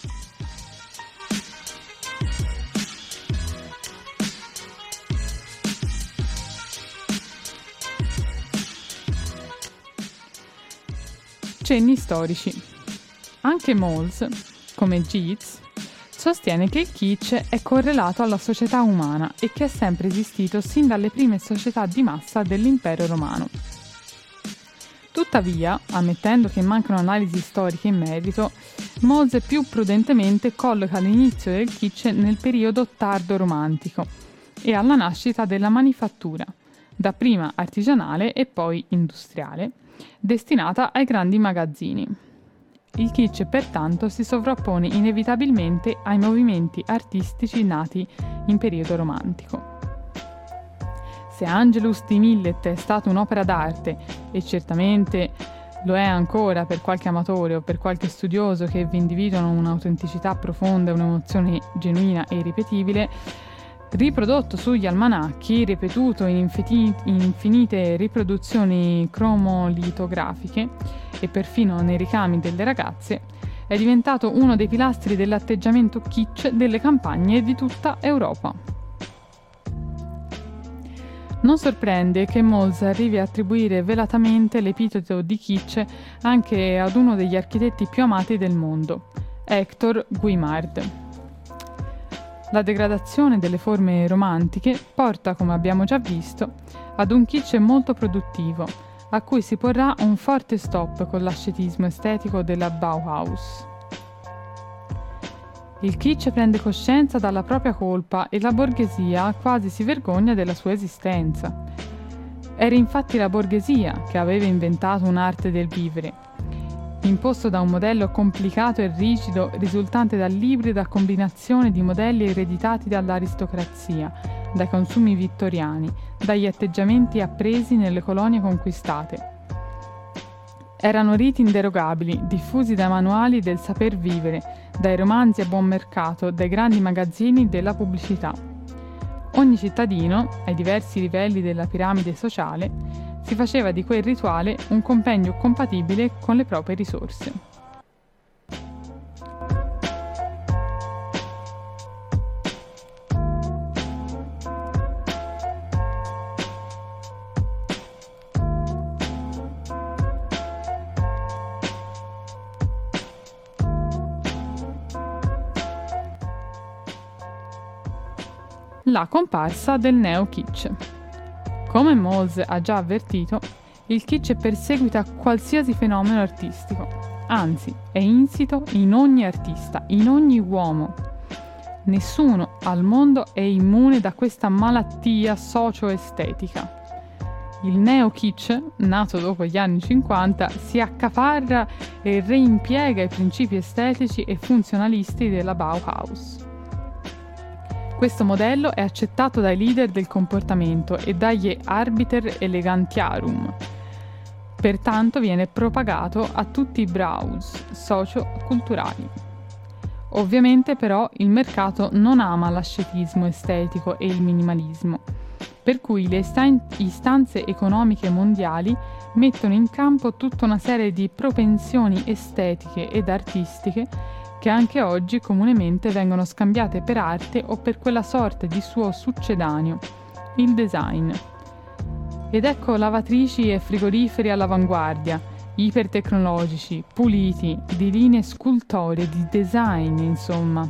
Cenni storici. Anche Mols, come Geats, sostiene che il kitsch è correlato alla società umana e che è sempre esistito sin dalle prime società di massa dell'impero romano. Tuttavia, ammettendo che mancano analisi storiche in merito, Mols più prudentemente colloca l'inizio del kitsch nel periodo tardo romantico e alla nascita della manifattura, dapprima artigianale e poi industriale, destinata ai grandi magazzini. Il kitsch pertanto si sovrappone inevitabilmente ai movimenti artistici nati in periodo romantico. Se Angelus di Millet è stata un'opera d'arte, e certamente lo è ancora per qualche amatore o per qualche studioso che vi individuano un'autenticità profonda e un'emozione genuina e irripetibile, riprodotto sugli almanacchi, ripetuto in, infiti- in infinite riproduzioni cromolitografiche e perfino nei ricami delle ragazze, è diventato uno dei pilastri dell'atteggiamento kitsch delle campagne di tutta Europa. Non sorprende che Molz arrivi a attribuire velatamente l'epiteto di kitsch anche ad uno degli architetti più amati del mondo, Hector Guimard. La degradazione delle forme romantiche porta, come abbiamo già visto, ad un kitsch molto produttivo, a cui si porrà un forte stop con l'ascetismo estetico della Bauhaus. Il kitsch prende coscienza dalla propria colpa e la borghesia quasi si vergogna della sua esistenza. Era infatti la borghesia che aveva inventato un'arte del vivere, imposto da un modello complicato e rigido risultante dall'ibrida combinazione di modelli ereditati dall'aristocrazia, dai consumi vittoriani, dagli atteggiamenti appresi nelle colonie conquistate. Erano riti inderogabili, diffusi dai manuali del saper vivere, dai romanzi a buon mercato, dai grandi magazzini della pubblicità. Ogni cittadino, ai diversi livelli della piramide sociale, si faceva di quel rituale un compendio compatibile con le proprie risorse. La comparsa del neo-kitsch. Come Molz ha già avvertito, il kitsch perseguita qualsiasi fenomeno artistico, anzi è insito in ogni artista, in ogni uomo. Nessuno al mondo è immune da questa malattia socio-estetica. Il neo-kitsch, nato dopo gli anni cinquanta, si accaparra e reimpiega i principi estetici e funzionalisti della Bauhaus. Questo modello è accettato dai leader del comportamento e dagli arbiter elegantiarum. Pertanto viene propagato a tutti i braus socio-culturali. Ovviamente però il mercato non ama l'ascetismo estetico e il minimalismo, per cui le istanze economiche mondiali mettono in campo tutta una serie di propensioni estetiche ed artistiche che anche oggi comunemente vengono scambiate per arte o per quella sorta di suo succedaneo, il design. Ed ecco lavatrici e frigoriferi all'avanguardia, ipertecnologici, puliti, di linee scultoree, di design, insomma.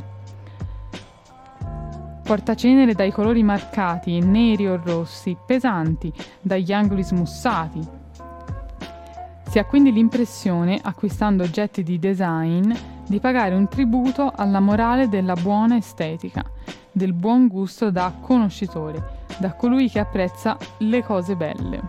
Portacenere dai colori marcati, neri o rossi, pesanti, dagli angoli smussati. Si ha quindi l'impressione, acquistando oggetti di design, di pagare un tributo alla morale della buona estetica, del buon gusto da conoscitore, da colui che apprezza le cose belle.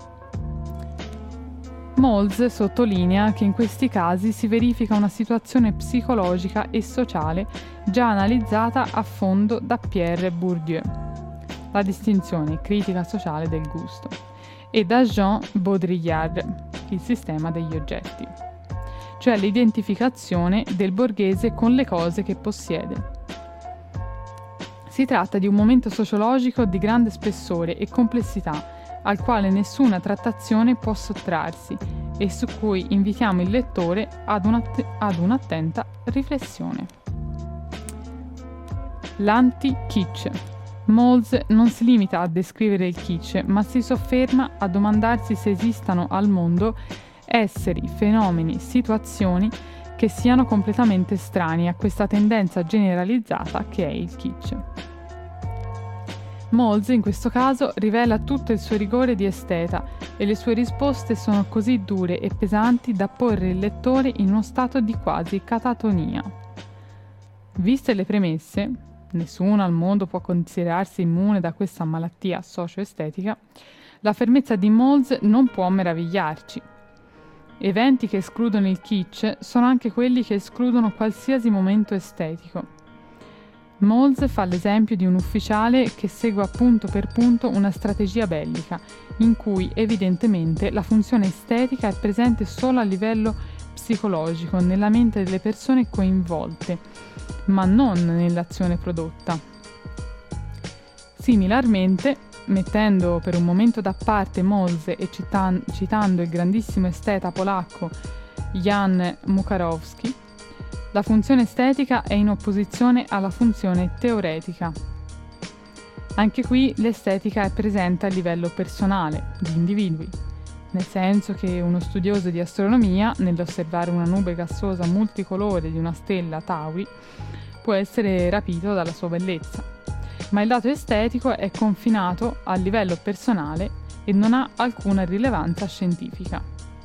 Molz sottolinea che in questi casi si verifica una situazione psicologica e sociale già analizzata a fondo da Pierre Bourdieu, la distinzione critica sociale del gusto, e da Jean Baudrillard, il sistema degli oggetti, cioè l'identificazione del borghese con le cose che possiede. Si tratta di un momento sociologico di grande spessore e complessità, al quale nessuna trattazione può sottrarsi e su cui invitiamo il lettore ad, un'att- ad un'attenta riflessione. L'anti-kitsch. Molz non si limita a descrivere il kitsch, ma si sofferma a domandarsi se esistano al mondo esseri, fenomeni, situazioni che siano completamente estranei a questa tendenza generalizzata che è il kitsch. Molz in questo caso rivela tutto il suo rigore di esteta e le sue risposte sono così dure e pesanti da porre il lettore in uno stato di quasi catatonia. Viste le premesse, nessuno al mondo può considerarsi immune da questa malattia socio-estetica, la fermezza di Molz non può meravigliarci. Eventi che escludono il kitsch sono anche quelli che escludono qualsiasi momento estetico. Moles fa l'esempio di un ufficiale che segue punto per punto una strategia bellica, in cui evidentemente la funzione estetica è presente solo a livello psicologico, nella mente delle persone coinvolte, ma non nell'azione prodotta. Similarmente, mettendo per un momento da parte Moles e citan- citando il grandissimo esteta polacco Jan Mukarowski, la funzione estetica è in opposizione alla funzione teoretica. Anche qui l'estetica è presente a livello personale, di individui, nel senso che uno studioso di astronomia, nell'osservare una nube gassosa multicolore di una stella Tauri, può essere rapito dalla sua bellezza, ma il lato estetico è confinato a livello personale e non ha alcuna rilevanza scientifica.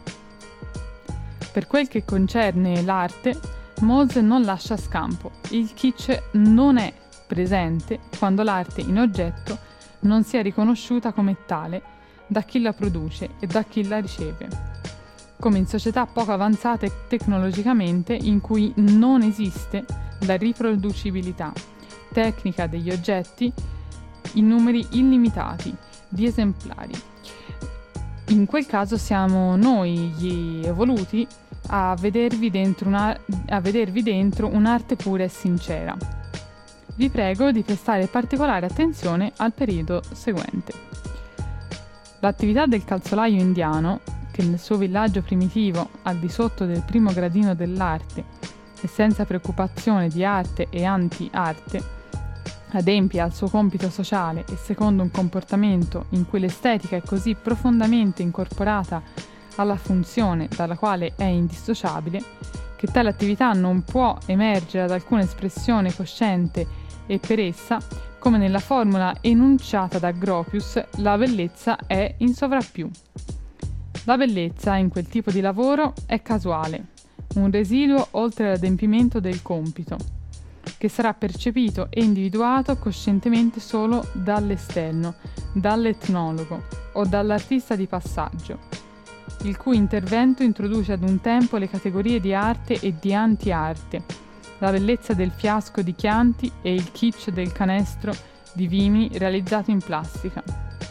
Per quel che concerne l'arte, Moles non lascia scampo. Il kitsch non è presente quando l'arte in oggetto non sia riconosciuta come tale da chi la produce e da chi la riceve, come in società poco avanzate tecnologicamente in cui non esiste la riproducibilità tecnica degli oggetti in numeri illimitati di esemplari. In quel caso siamo noi gli evoluti a vedervi dentro, una, a vedervi dentro un'arte pura e sincera. Vi prego di prestare particolare attenzione al periodo seguente. L'attività del calzolaio indiano, che nel suo villaggio primitivo, al di sotto del primo gradino dell'arte e senza preoccupazione di arte e anti-arte, adempie al suo compito sociale e secondo un comportamento in cui l'estetica è così profondamente incorporata alla funzione dalla quale è indissociabile, che tale attività non può emergere da alcuna espressione cosciente e per essa, come nella formula enunciata da Gropius, la bellezza è in sovrappiù. La bellezza in quel tipo di lavoro è casuale, un residuo oltre l'adempimento del compito, che sarà percepito e individuato coscientemente solo dall'esterno, dall'etnologo o dall'artista di passaggio, il cui intervento introduce ad un tempo le categorie di arte e di anti-arte, la bellezza del fiasco di Chianti e il kitsch del canestro di vini realizzato in plastica.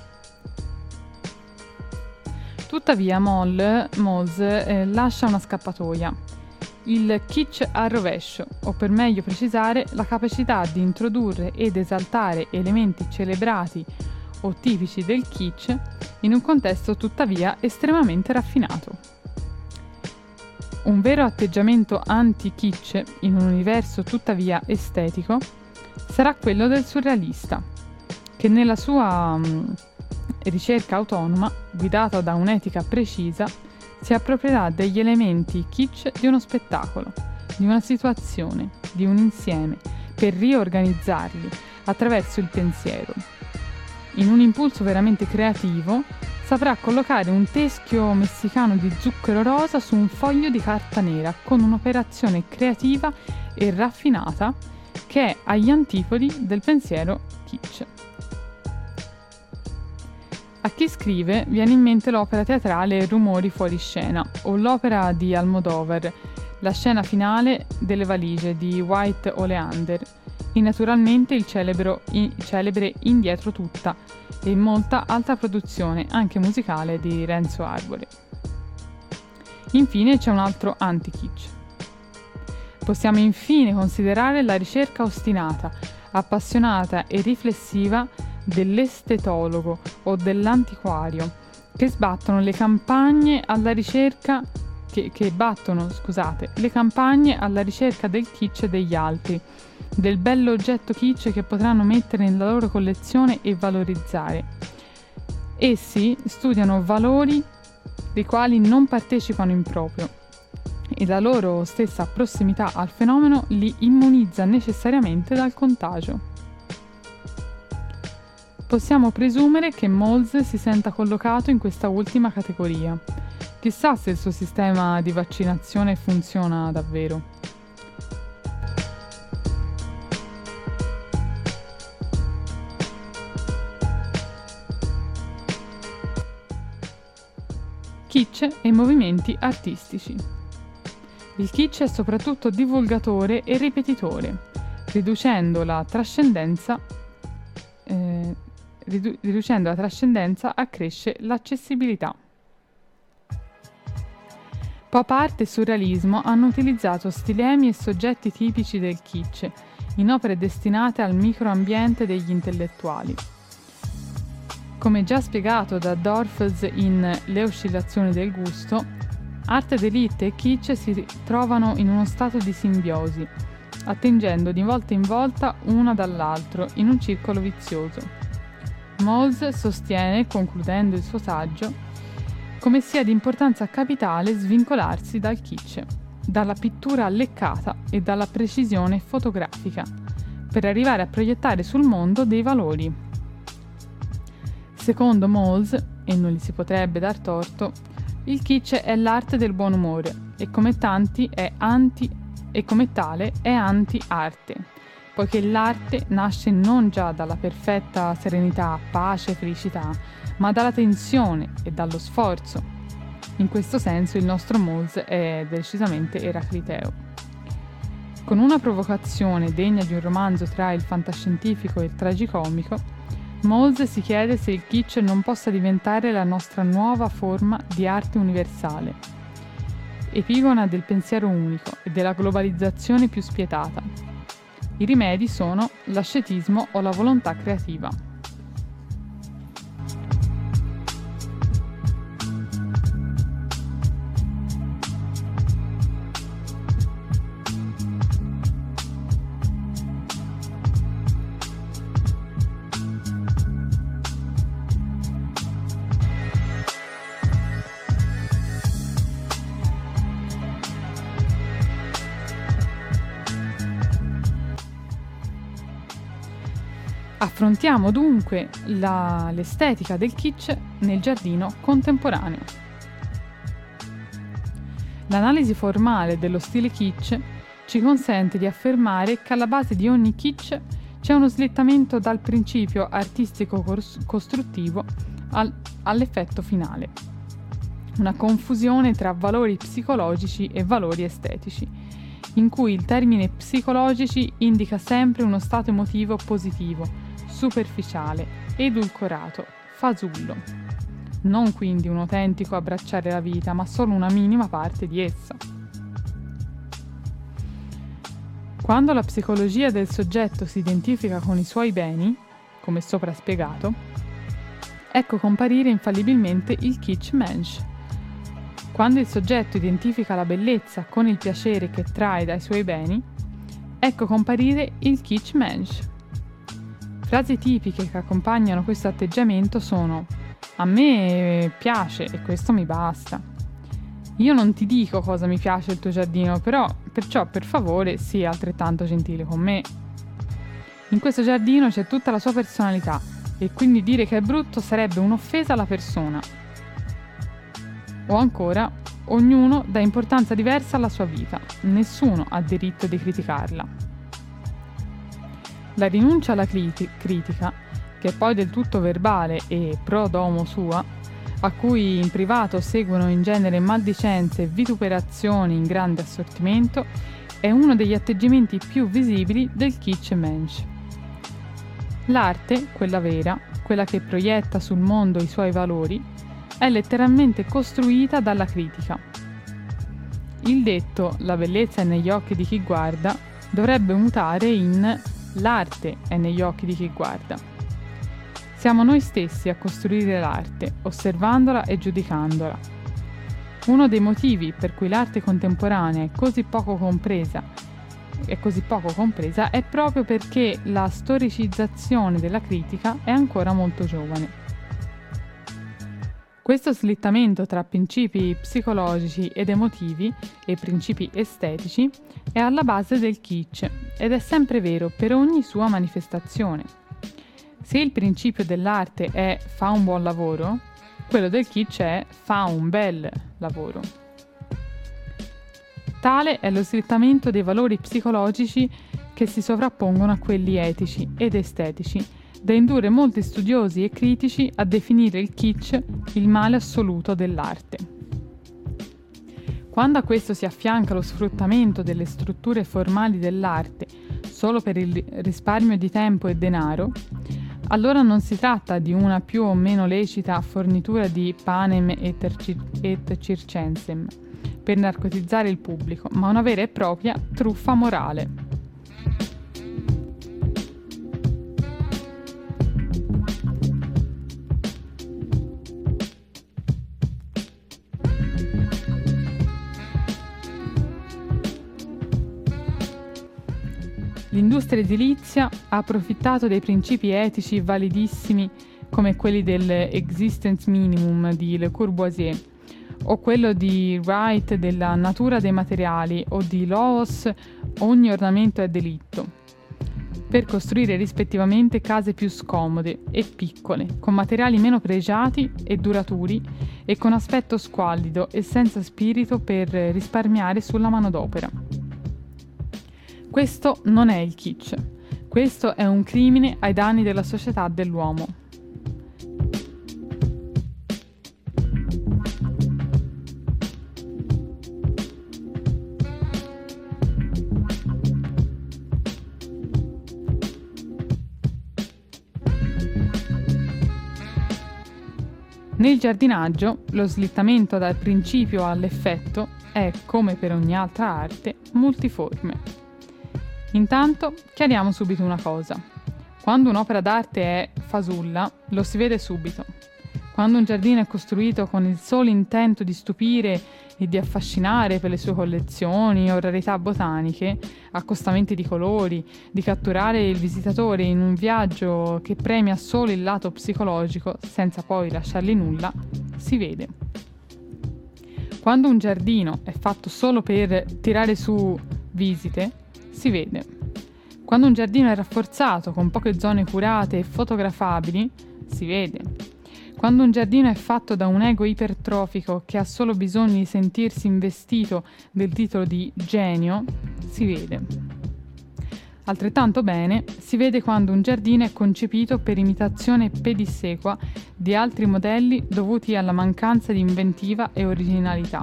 Tuttavia Moll, Mols eh, lascia una scappatoia, il kitsch al rovescio, o per meglio precisare la capacità di introdurre ed esaltare elementi celebrati o tipici del kitsch in un contesto tuttavia estremamente raffinato. Un vero atteggiamento anti-kitsch in un universo tuttavia estetico sarà quello del surrealista, che nella sua um, ricerca autonoma, guidata da un'etica precisa, si approprierà degli elementi kitsch di uno spettacolo, di una situazione, di un insieme, per riorganizzarli attraverso il pensiero. In un impulso veramente creativo, saprà collocare un teschio messicano di zucchero rosa su un foglio di carta nera con un'operazione creativa e raffinata che è agli antipodi del pensiero kitsch. A chi scrive viene in mente l'opera teatrale Rumori fuori scena o l'opera di Almodovar, la scena finale delle valigie di White Oleander e naturalmente il celebro, in, celebre Indietro tutta e molta altra produzione, anche musicale, di Renzo Arbore. Infine c'è un altro anti-kitsch. Possiamo infine considerare la ricerca ostinata, appassionata e riflessiva dell'estetologo o dell'antiquario, che sbattono le campagne alla ricerca che, che battono, scusate, le campagne alla ricerca del kitsch degli altri, del bello oggetto kitsch che potranno mettere nella loro collezione e valorizzare. Essi studiano valori dei quali non partecipano in proprio e la loro stessa prossimità al fenomeno li immunizza necessariamente dal contagio. Possiamo presumere che Mols si senta collocato in questa ultima categoria. Chissà se il suo sistema di vaccinazione funziona davvero. Kitsch e movimenti artistici. Il kitsch è soprattutto divulgatore e ripetitore. riducendo la trascendenza eh, ridu- riducendo la trascendenza accresce l'accessibilità. Pop art e surrealismo hanno utilizzato stilemi e soggetti tipici del kitsch in opere destinate al microambiente degli intellettuali. Come già spiegato da Dorfels in Le oscillazioni del gusto, arte d'élite e kitsch si trovano in uno stato di simbiosi, attingendo di volta in volta una dall'altro in un circolo vizioso. Moles sostiene, concludendo il suo saggio, come sia di importanza capitale svincolarsi dal kitsch, dalla pittura leccata e dalla precisione fotografica, per arrivare a proiettare sul mondo dei valori. Secondo Moles, e non gli si potrebbe dar torto, il kitsch è l'arte del buon umore e come tanti è anti e come tale è anti-arte, poiché l'arte nasce non già dalla perfetta serenità, pace e felicità, ma dalla tensione e dallo sforzo. In questo senso il nostro Moles è decisamente eracliteo. Con una provocazione degna di un romanzo tra il fantascientifico e il tragicomico, Moles si chiede se il kitsch non possa diventare la nostra nuova forma di arte universale, epigona del pensiero unico e della globalizzazione più spietata. I rimedi sono l'ascetismo o la volontà creativa. Affrontiamo dunque la, l'estetica del kitsch nel giardino contemporaneo. L'analisi formale dello stile kitsch ci consente di affermare che alla base di ogni kitsch c'è uno slittamento dal principio artistico-costruttivo al, all'effetto finale, una confusione tra valori psicologici e valori estetici, in cui il termine psicologici indica sempre uno stato emotivo positivo, superficiale, edulcorato, fasullo. Non quindi un autentico abbracciare la vita, ma solo una minima parte di essa. Quando la psicologia del soggetto si identifica con i suoi beni, come sopra spiegato, ecco comparire infallibilmente il kitsch mensch. Quando il soggetto identifica la bellezza con il piacere che trae dai suoi beni, ecco comparire il kitsch mensch. Frasi tipiche che accompagnano questo atteggiamento sono: a me piace e questo mi basta. Io non ti dico cosa mi piace il tuo giardino, però perciò per favore sii altrettanto gentile con me. In questo giardino c'è tutta la sua personalità e quindi dire che è brutto sarebbe un'offesa alla persona. O ancora, ognuno dà importanza diversa alla sua vita, nessuno ha diritto di criticarla. La rinuncia alla criti- critica, che è poi del tutto verbale e pro domo sua, a cui in privato seguono in genere maldicenze e vituperazioni in grande assortimento, è uno degli atteggiamenti più visibili del kitsch mensch. L'arte, quella vera, quella che proietta sul mondo i suoi valori, è letteralmente costruita dalla critica. Il detto «la bellezza è negli occhi di chi guarda» dovrebbe mutare in «l'arte è negli occhi di chi guarda». Siamo noi stessi a costruire l'arte, osservandola e giudicandola. Uno dei motivi per cui l'arte contemporanea è così poco compresa, è così poco compresa è proprio perché la storicizzazione della critica è ancora molto giovane. Questo slittamento tra principi psicologici ed emotivi e principi estetici è alla base del kitsch ed è sempre vero per ogni sua manifestazione. Se il principio dell'arte è fa un buon lavoro, quello del kitsch è fa un bel lavoro. Tale è lo slittamento dei valori psicologici che si sovrappongono a quelli etici ed estetici, da indurre molti studiosi e critici a definire il kitsch il male assoluto dell'arte. Quando a questo si affianca lo sfruttamento delle strutture formali dell'arte solo per il risparmio di tempo e denaro, allora non si tratta di una più o meno lecita fornitura di panem et, circ- et circensem per narcotizzare il pubblico, ma una vera e propria truffa morale. L'industria edilizia ha approfittato dei principi etici validissimi come quelli del existence minimum di Le Corbusier o quello di Wright della natura dei materiali o di Loos ogni ornamento è delitto, per costruire rispettivamente case più scomode e piccole, con materiali meno pregiati e duraturi e con aspetto squallido e senza spirito per risparmiare sulla manodopera. Questo non è il kitsch, questo è un crimine ai danni della società dell'uomo. Nel giardinaggio, lo slittamento dal principio all'effetto è, come per ogni altra arte, multiforme. Intanto, chiariamo subito una cosa. Quando un'opera d'arte è fasulla, lo si vede subito. Quando un giardino è costruito con il solo intento di stupire e di affascinare per le sue collezioni o rarità botaniche, accostamenti di colori, di catturare il visitatore in un viaggio che premia solo il lato psicologico senza poi lasciargli nulla, si vede. Quando un giardino è fatto solo per tirare su visite, si vede. Quando un giardino è rafforzato con poche zone curate e fotografabili, si vede. Quando un giardino è fatto da un ego ipertrofico che ha solo bisogno di sentirsi investito del titolo di genio, si vede. Altrettanto bene si vede quando un giardino è concepito per imitazione pedissequa di altri modelli dovuti alla mancanza di inventiva e originalità.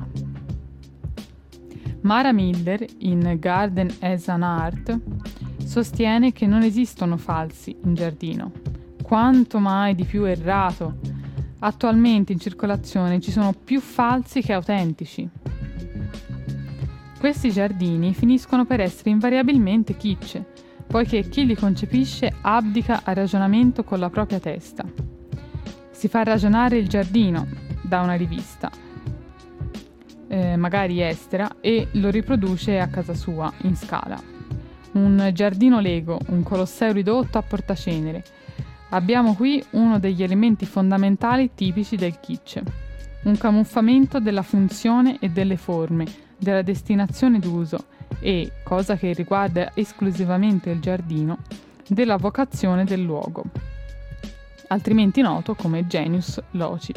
Mara Miller, in Garden as an Art, sostiene che non esistono falsi in giardino. Quanto mai di più errato! Attualmente in circolazione ci sono più falsi che autentici. Questi giardini finiscono per essere invariabilmente kitsch, poiché chi li concepisce abdica al ragionamento con la propria testa. Si fa ragionare il giardino da una rivista, eh, magari estera, e lo riproduce a casa sua, in scala. Un giardino Lego, un colosseo ridotto a portacenere. Abbiamo qui uno degli elementi fondamentali tipici del kitsch, un camuffamento della funzione e delle forme, della destinazione d'uso e, cosa che riguarda esclusivamente il giardino, della vocazione del luogo, altrimenti noto come genius loci.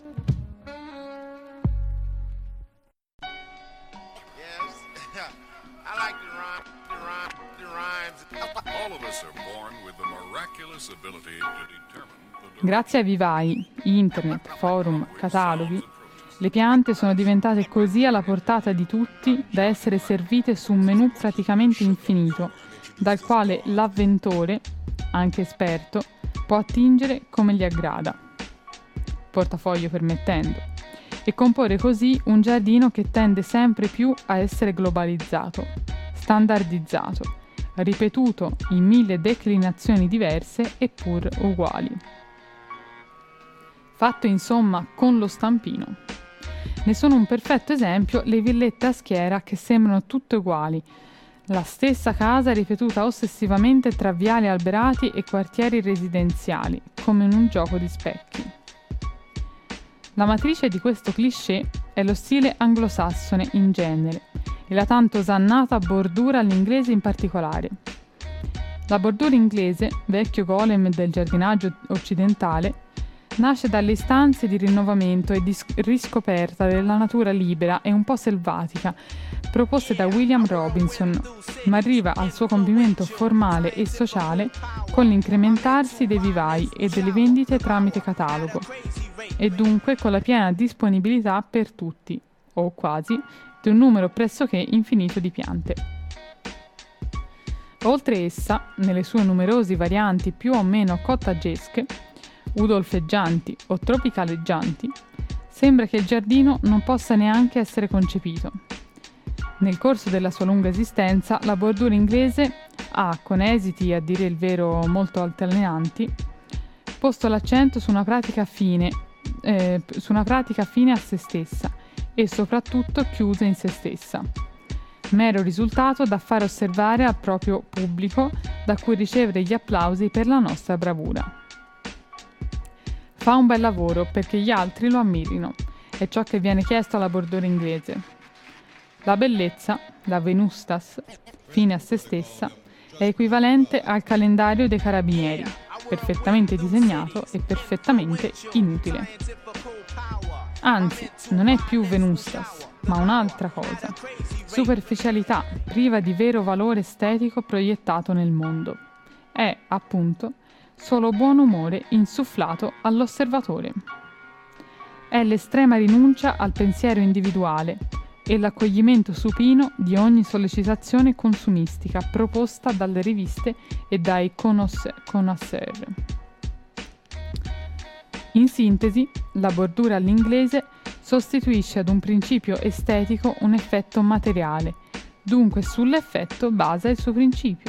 Grazie ai vivai, internet, forum, cataloghi, le piante sono diventate così alla portata di tutti da essere servite su un menù praticamente infinito, dal quale l'avventore, anche esperto, può attingere come gli aggrada, portafoglio permettendo, e comporre così un giardino che tende sempre più a essere globalizzato, standardizzato, ripetuto in mille declinazioni diverse eppur uguali. Fatto insomma con lo stampino. Ne sono un perfetto esempio le villette a schiera che sembrano tutte uguali, la stessa casa ripetuta ossessivamente tra viali alberati e quartieri residenziali, come in un gioco di specchi. La matrice di questo cliché è lo stile anglosassone in genere e la tanto osannata bordura all'inglese in particolare. La bordura inglese, vecchio golem del giardinaggio occidentale, nasce dalle istanze di rinnovamento e di riscoperta della natura libera e un po' selvatica, proposte da William Robinson, ma arriva al suo compimento formale e sociale con l'incrementarsi dei vivai e delle vendite tramite catalogo, e dunque con la piena disponibilità per tutti, o quasi, di un numero pressoché infinito di piante. Oltre essa, nelle sue numerose varianti più o meno cottaggesche, udolfeggianti o tropicaleggianti, sembra che il giardino non possa neanche essere concepito. Nel corso della sua lunga esistenza, la bordura inglese ha, con esiti a dire il vero molto altalenanti, posto l'accento su una pratica fine, eh, su una pratica fine a se stessa e soprattutto chiusa in se stessa. Mero risultato da fare osservare al proprio pubblico, da cui ricevere gli applausi per la nostra bravura. Fa un bel lavoro perché gli altri lo ammirino, è ciò che viene chiesto alla bordura inglese. La bellezza, la Venustas, fine a se stessa, è equivalente al calendario dei carabinieri, perfettamente disegnato e perfettamente inutile. Anzi, non è più Venustas, ma un'altra cosa. Superficialità, priva di vero valore estetico proiettato nel mondo. È, appunto, solo buon umore insufflato all'osservatore. È l'estrema rinuncia al pensiero individuale e l'accoglimento supino di ogni sollecitazione consumistica proposta dalle riviste e dai connoisseur. In sintesi, la bordura all'inglese sostituisce ad un principio estetico un effetto materiale, dunque sull'effetto basa il suo principio.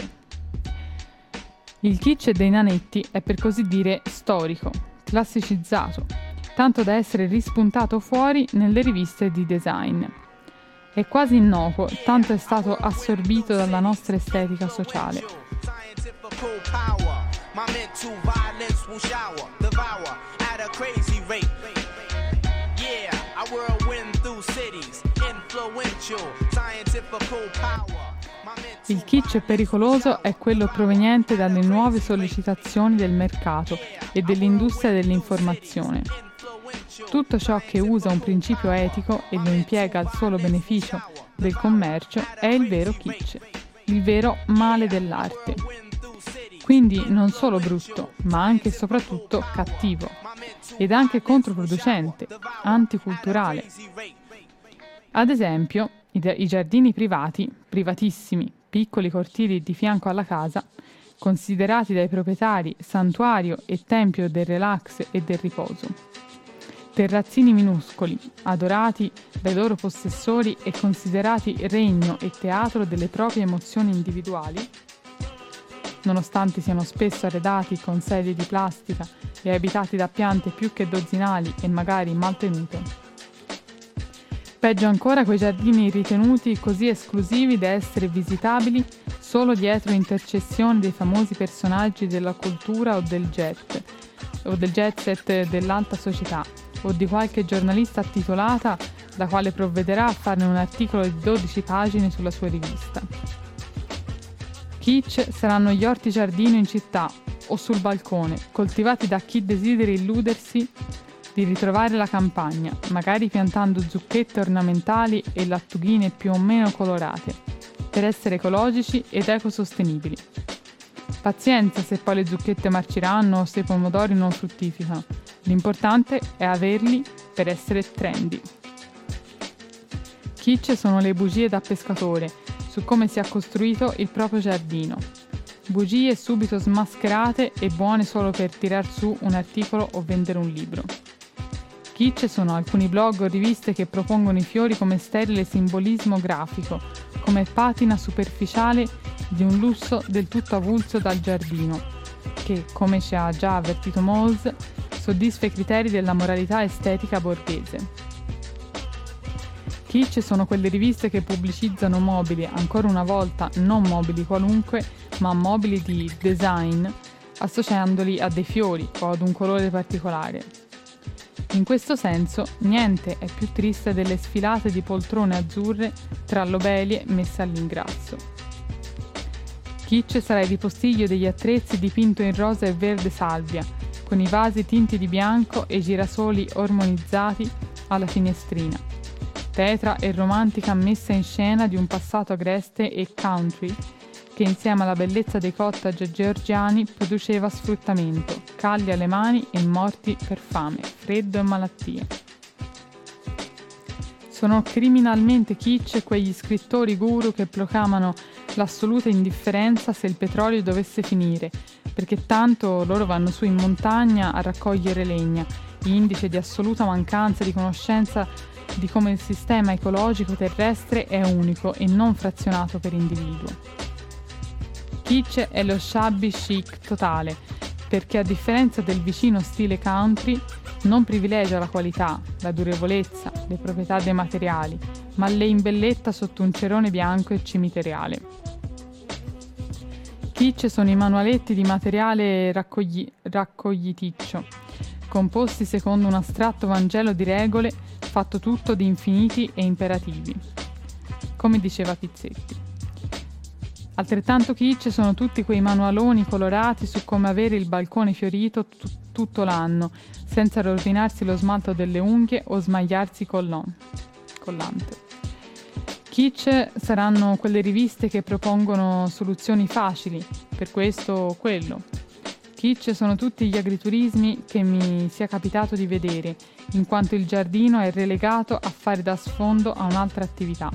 Il kitsch dei nanetti è per così dire storico, classicizzato, tanto da essere rispuntato fuori nelle riviste di design. È quasi innocuo, tanto è stato assorbito dalla nostra estetica sociale. Il kitsch pericoloso è quello proveniente dalle nuove sollecitazioni del mercato e dell'industria dell'informazione. Tutto ciò che usa un principio etico e lo impiega al solo beneficio del commercio è il vero kitsch, il vero male dell'arte. Quindi non solo brutto, ma anche e soprattutto cattivo, ed anche controproducente, anticulturale. Ad esempio, i, i giardini privati, privatissimi, piccoli cortili di fianco alla casa, considerati dai proprietari santuario e tempio del relax e del riposo. Terrazzini minuscoli, adorati dai loro possessori e considerati regno e teatro delle proprie emozioni individuali, nonostante siano spesso arredati con sedie di plastica e abitati da piante più che dozzinali e magari mal tenute. Peggio ancora quei giardini ritenuti così esclusivi da essere visitabili solo dietro intercessioni dei famosi personaggi della cultura o del jet, o del jet set dell'alta società, o di qualche giornalista titolata la quale provvederà a farne un articolo di dodici pagine sulla sua rivista. Kitsch saranno gli orti giardino in città o sul balcone, coltivati da chi desideri illudersi di ritrovare la campagna, magari piantando zucchette ornamentali e lattughine più o meno colorate, per essere ecologici ed ecosostenibili. Pazienza se poi le zucchette marciranno o se i pomodori non fruttificano. L'importante è averli per essere trendy. Kitsch sono le bugie da pescatore su come si è costruito il proprio giardino. Bugie subito smascherate e buone solo per tirar su un articolo o vendere un libro. Kitsch sono alcuni blog o riviste che propongono i fiori come sterile simbolismo grafico, come patina superficiale di un lusso del tutto avulso dal giardino, che, come ci ha già avvertito Mawes, soddisfa i criteri della moralità estetica borghese. Kitsch sono quelle riviste che pubblicizzano mobili, ancora una volta non mobili qualunque, ma mobili di design, associandoli a dei fiori o ad un colore particolare. In questo senso, niente è più triste delle sfilate di poltrone azzurre tra lobelie messe all'ingrasso. Kitsch sarà il ripostiglio degli attrezzi dipinto in rosa e verde salvia, con i vasi tinti di bianco e girasoli ormonizzati alla finestrina. Tetra e romantica messa in scena di un passato agreste e country che insieme alla bellezza dei cottage georgiani produceva sfruttamento, calli alle mani e morti per fame, freddo e malattie. Sono criminalmente kitsch quegli scrittori guru che proclamano l'assoluta indifferenza se il petrolio dovesse finire, perché tanto loro vanno su in montagna a raccogliere legna, indice di assoluta mancanza di conoscenza di come il sistema ecologico terrestre è unico e non frazionato per individuo. Kitsch è lo shabby chic totale, perché a differenza del vicino stile country non privilegia la qualità, la durevolezza, le proprietà dei materiali, ma le imbelletta sotto un cerone bianco e cimiteriale. Kitsch sono i manualetti di materiale raccogli- raccogliticcio, composti secondo un astratto vangelo di regole, fatto tutto di infiniti e imperativi, come diceva Pizzetti. Altrettanto kitsch sono tutti quei manualoni colorati su come avere il balcone fiorito t- tutto l'anno, senza rovinarsi lo smalto delle unghie o smagliarsi collon- collante. Kitsch saranno quelle riviste che propongono soluzioni facili, per questo o quello. Kitsch sono tutti gli agriturismi che mi sia capitato di vedere, in quanto il giardino è relegato a fare da sfondo a un'altra attività.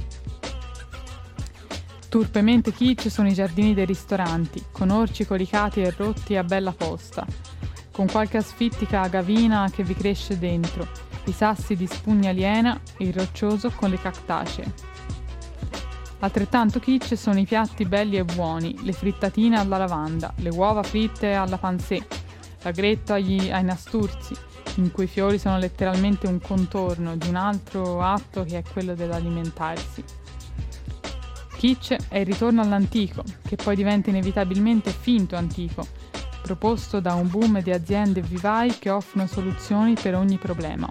Turpemente kitsch sono i giardini dei ristoranti, con orci coricati e rotti a bella posta, con qualche asfittica gavina che vi cresce dentro, i sassi di spugna aliena e il roccioso con le cactacee. Altrettanto kitsch sono i piatti belli e buoni, le frittatine alla lavanda, le uova fritte alla pansé, l'agretto agli, ai nasturzi, in cui i fiori sono letteralmente un contorno di un altro atto che è quello dell'alimentarsi. Kitsch è il ritorno all'antico, che poi diventa inevitabilmente finto antico, proposto da un boom di aziende vivai che offrono soluzioni per ogni problema.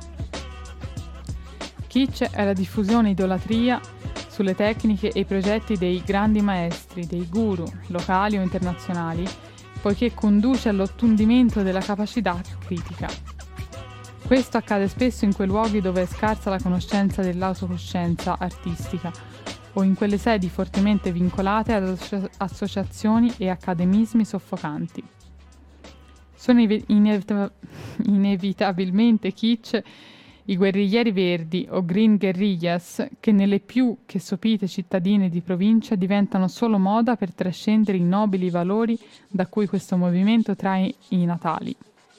Kitsch è la diffusione idolatria sulle tecniche e i progetti dei grandi maestri, dei guru, locali o internazionali, poiché conduce all'ottundimento della capacità critica. Questo accade spesso in quei luoghi dove è scarsa la conoscenza dell'autocoscienza artistica o in quelle sedi fortemente vincolate ad associ- associazioni e accademismi soffocanti. Sono inevita- inevitabilmente kitsch i guerriglieri verdi o green guerrillas che nelle più che sopite cittadine di provincia diventano solo moda per trascendere i nobili valori da cui questo movimento trae i natali.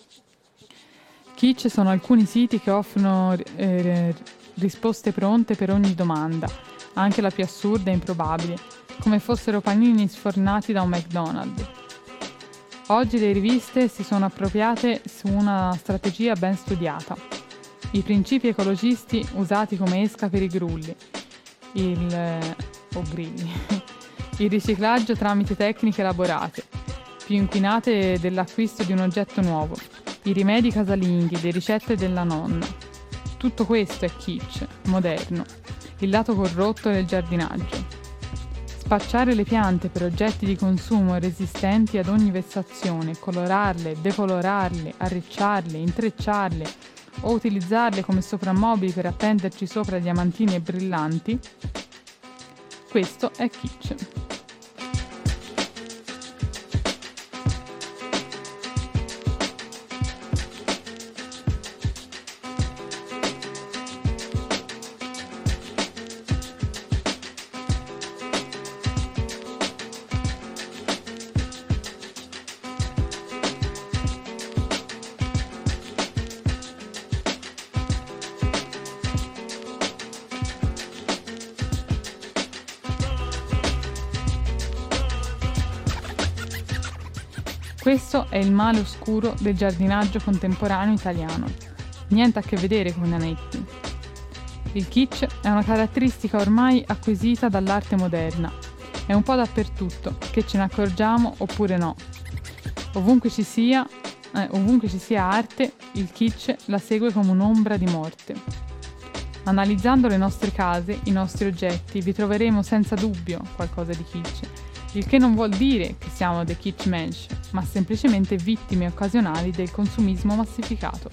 Kitsch sono alcuni siti che offrono eh, risposte pronte per ogni domanda, anche la più assurda e improbabile, come fossero panini sfornati da un McDonald's. Oggi le riviste si sono appropriate su una strategia ben studiata. I principi ecologisti usati come esca per i grulli, il, eh, o grilli, il riciclaggio tramite tecniche elaborate, più inquinate dell'acquisto di un oggetto nuovo, i rimedi casalinghi, le ricette della nonna. Tutto questo è kitsch, moderno, il lato corrotto del giardinaggio. Spacciare le piante per oggetti di consumo resistenti ad ogni vessazione, colorarle, decolorarle, arricciarle, intrecciarle, o utilizzarle come soprammobili per appenderci sopra diamantini e brillanti, questo è kitsch. Questo è il male oscuro del giardinaggio contemporaneo italiano. Niente a che vedere con i nanetti. Il kitsch è una caratteristica ormai acquisita dall'arte moderna. È un po' dappertutto, che ce ne accorgiamo oppure no. Ovunque ci sia, eh, ovunque ci sia arte, il kitsch la segue come un'ombra di morte. Analizzando le nostre case, i nostri oggetti, vi troveremo senza dubbio qualcosa di kitsch. Il che non vuol dire che siamo dei kitschmensch, ma semplicemente vittime occasionali del consumismo massificato.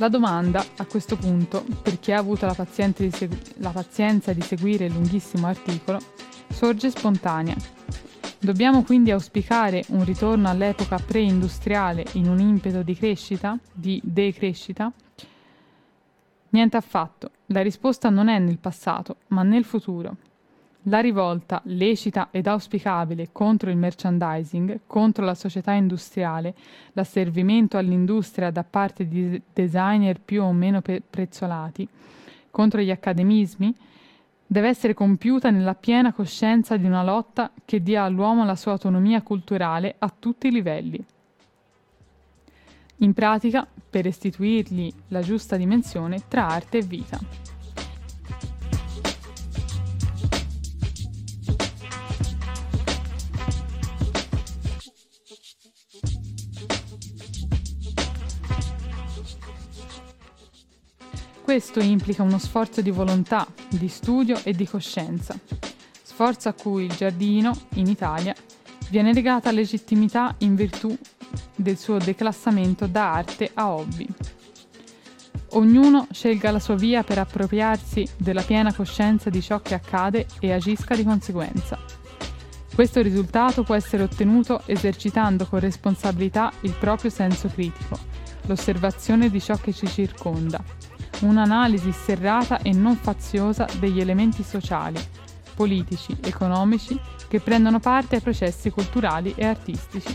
La domanda, a questo punto, per chi ha avuto la, paziente di segu- la pazienza di seguire il lunghissimo articolo, sorge spontanea. Dobbiamo quindi auspicare un ritorno all'epoca pre-industriale in un impeto di crescita, di decrescita? Niente affatto. La risposta non è nel passato, ma nel futuro. La rivolta, lecita ed auspicabile, contro il merchandising, contro la società industriale, l'asservimento all'industria da parte di designer più o meno pe- prezzolati, contro gli accademismi, deve essere compiuta nella piena coscienza di una lotta che dia all'uomo la sua autonomia culturale a tutti i livelli. In pratica, per restituirgli la giusta dimensione tra arte e vita. Questo implica uno sforzo di volontà, di studio e di coscienza, sforzo a cui il giardino, in Italia, viene legata legittimità in virtù del suo declassamento da arte a hobby. Ognuno scelga la sua via per appropriarsi della piena coscienza di ciò che accade e agisca di conseguenza. Questo risultato può essere ottenuto esercitando con responsabilità il proprio senso critico, l'osservazione di ciò che ci circonda, un'analisi serrata e non faziosa degli elementi sociali, politici, economici che prendono parte ai processi culturali e artistici.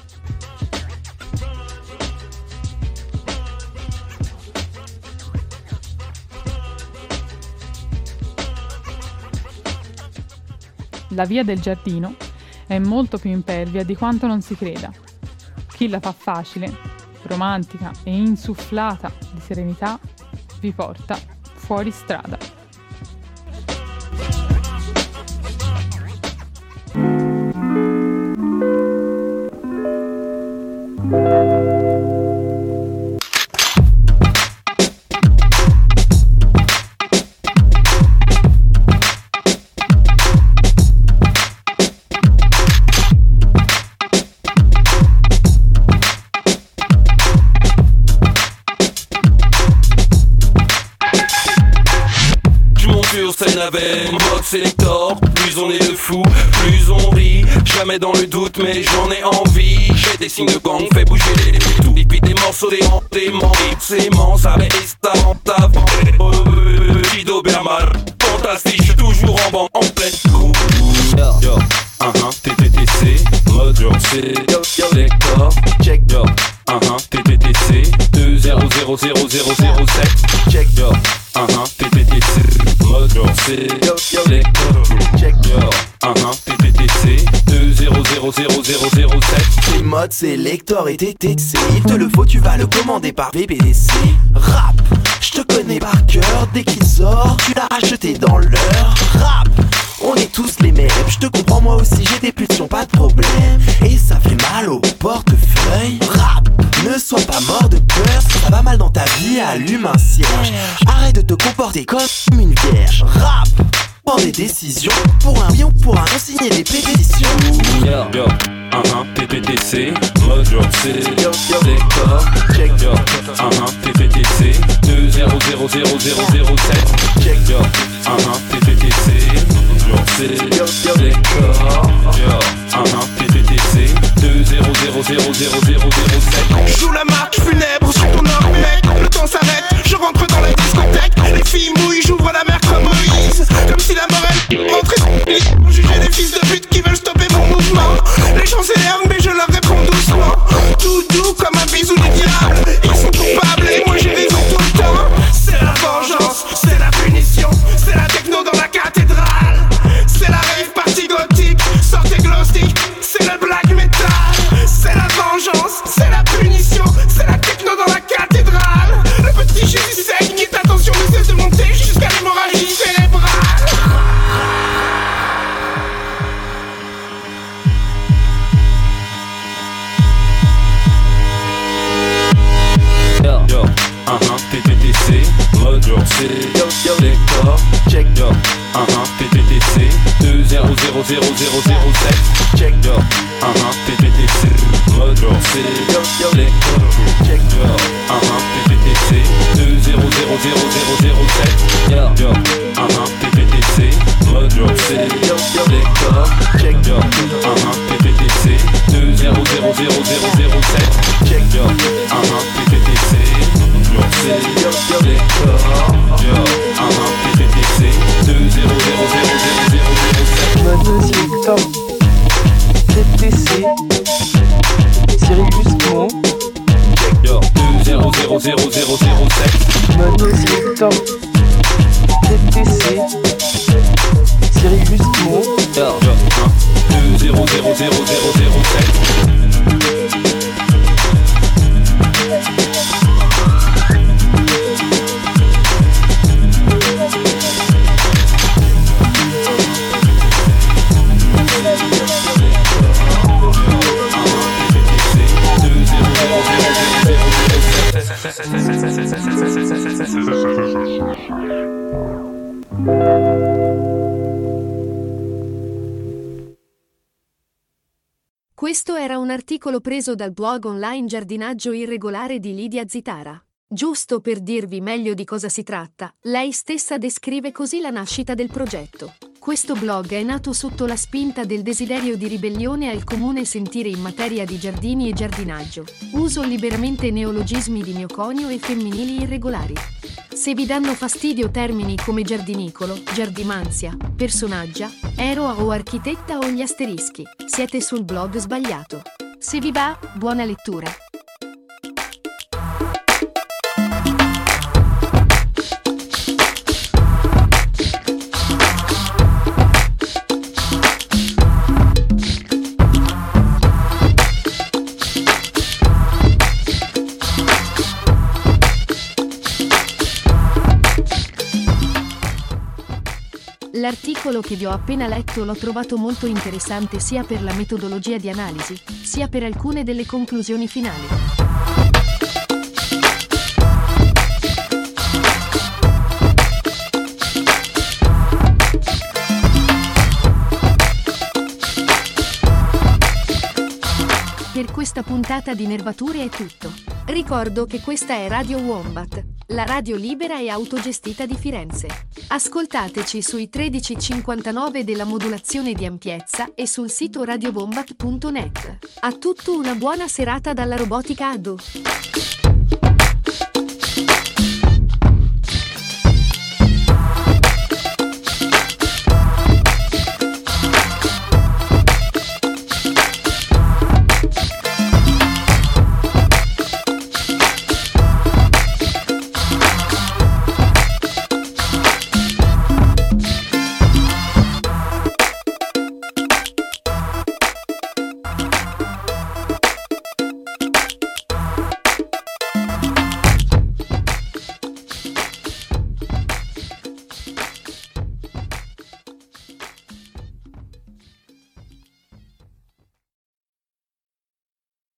La via del giardino è molto più impervia di quanto non si creda. Chi la fa facile, romantica e insufflata di serenità vi porta fuori strada. Avec mode sélector, plus on est de fous, plus on rit. Jamais dans le doute, mais j'en ai envie. J'ai des signes de gang, fais bouger les tout. Et puis des morceaux, des hantéments, séments, ça va esta avant. Guido Bermal, fantastique, toujours en banc, en pleine cour. Yo, yo, uh-huh, T T T C, mode yo, sélector, check yo, uh-huh, T T T C, deux zéro zéro zéro zéro zéro sept, check yo, uh-huh, T T T C. Mode sélector, check yo, uh-huh, T T T C, deux zéro zéro zéro zéro zéro sept. C'est mode sélector et T T C. Il te le faut, tu vas le commander par V P D C. Rap, je te connais par cœur. Dès qu'il sort, tu l'as acheté dans l'heure. Rap, on est tous les mêmes. Je te comprends, moi aussi j'ai des pulsions, pas de problème. Et ça fait mal au portefeuille. Rap, ne sois pas mort de peur. Si ça va mal dans ta vie, allume un cierge. Arrête de te comporter comme une vierge. Rap, prends des décisions. Pour un oui ou pour un non, signer des pétitions. Yo, yo, uh-huh, T T T C, mode yo, sélector, check yo, uh-huh, T T T C, deux zéro zéro zéro zéro zéro sept, check yo, uh-huh, T T T C, yo, sélector, yo, uh-huh, T T T C, deux zéro zéro zéro zéro zéro zéro sept. Joue la marche funèbre sur ton or, mec. Le temps s'arrête, je rentre dans la discothèque. Les filles mouillent, j'ouvre la mer comme Moïse. Comme si la morale rentrait dans le lit. Pour juger des fils de pute qui veulent stopper mon mouvement. Les gens s'énervent mais je leur réponds doucement. Tout doux comme un bisou du diable. Ils sont coupables et moi j'ai raison tout le temps. C'est la vengeance, c'est la punition. C'est la techno dans la cathédrale. C'est la rave party gothique. Sortez glow stick, c'est le black metal. C'est la vengeance, c'est la punition. C'est la techno dans la cathédrale. Le petit Jésus saigne, attention ne cesse de monter jusqu'à l'hémorragie cérébrale. Yo, yo, uh-huh, T T T C, mode yo, sélector, check yo, uh-huh, T T T C, deux zéro zéro zéro zéro zéro sept, check yo, uh-huh, T T T C, mode yo, sélector, check yo, uh-huh, T T T C, zéro zéro zéro zéro sept. Yo, yo, uh-huh, P P T C, mode sélector, check, yo, uh-huh, P P T C, deux zéro zéro zéro zéro zéro sept, check, yo, uh-huh, P P T C, mode sélector, yo, uh-huh, P P T C, deux zéro zéro zéro zéro zéro zéro sept. Mode sélector, P T C, Sirius Mo, yo, deux zéro zéro zéro zéro zéro sept. Mode sélector, P T C, Sirius Mo, yo, yo, hein, deux zéro zéro zéro zéro zéro sept. Questo era un articolo preso dal blog online Giardinaggio Irregolare di Lidia Zitara. Giusto per dirvi meglio di cosa si tratta, lei stessa descrive così la nascita del progetto. Questo blog è nato sotto la spinta del desiderio di ribellione al comune sentire in materia di giardini e giardinaggio. Uso liberamente neologismi di mio conio e femminili irregolari. Se vi danno fastidio termini come giardinicolo, giardimanzia, personaggia, eroa o architetta o gli asterischi, siete sul blog sbagliato. Se vi va, buona lettura. L'articolo che vi ho appena letto l'ho trovato molto interessante sia per la metodologia di analisi, sia per alcune delle conclusioni finali. Per questa puntata di Nervature è tutto. Ricordo che questa è Radio Wombat, la radio libera e autogestita di Firenze. Ascoltateci sui tredici cinquantanove della modulazione di ampiezza e sul sito radio wombat punto net. A tutti una buona serata dalla robotica Ado.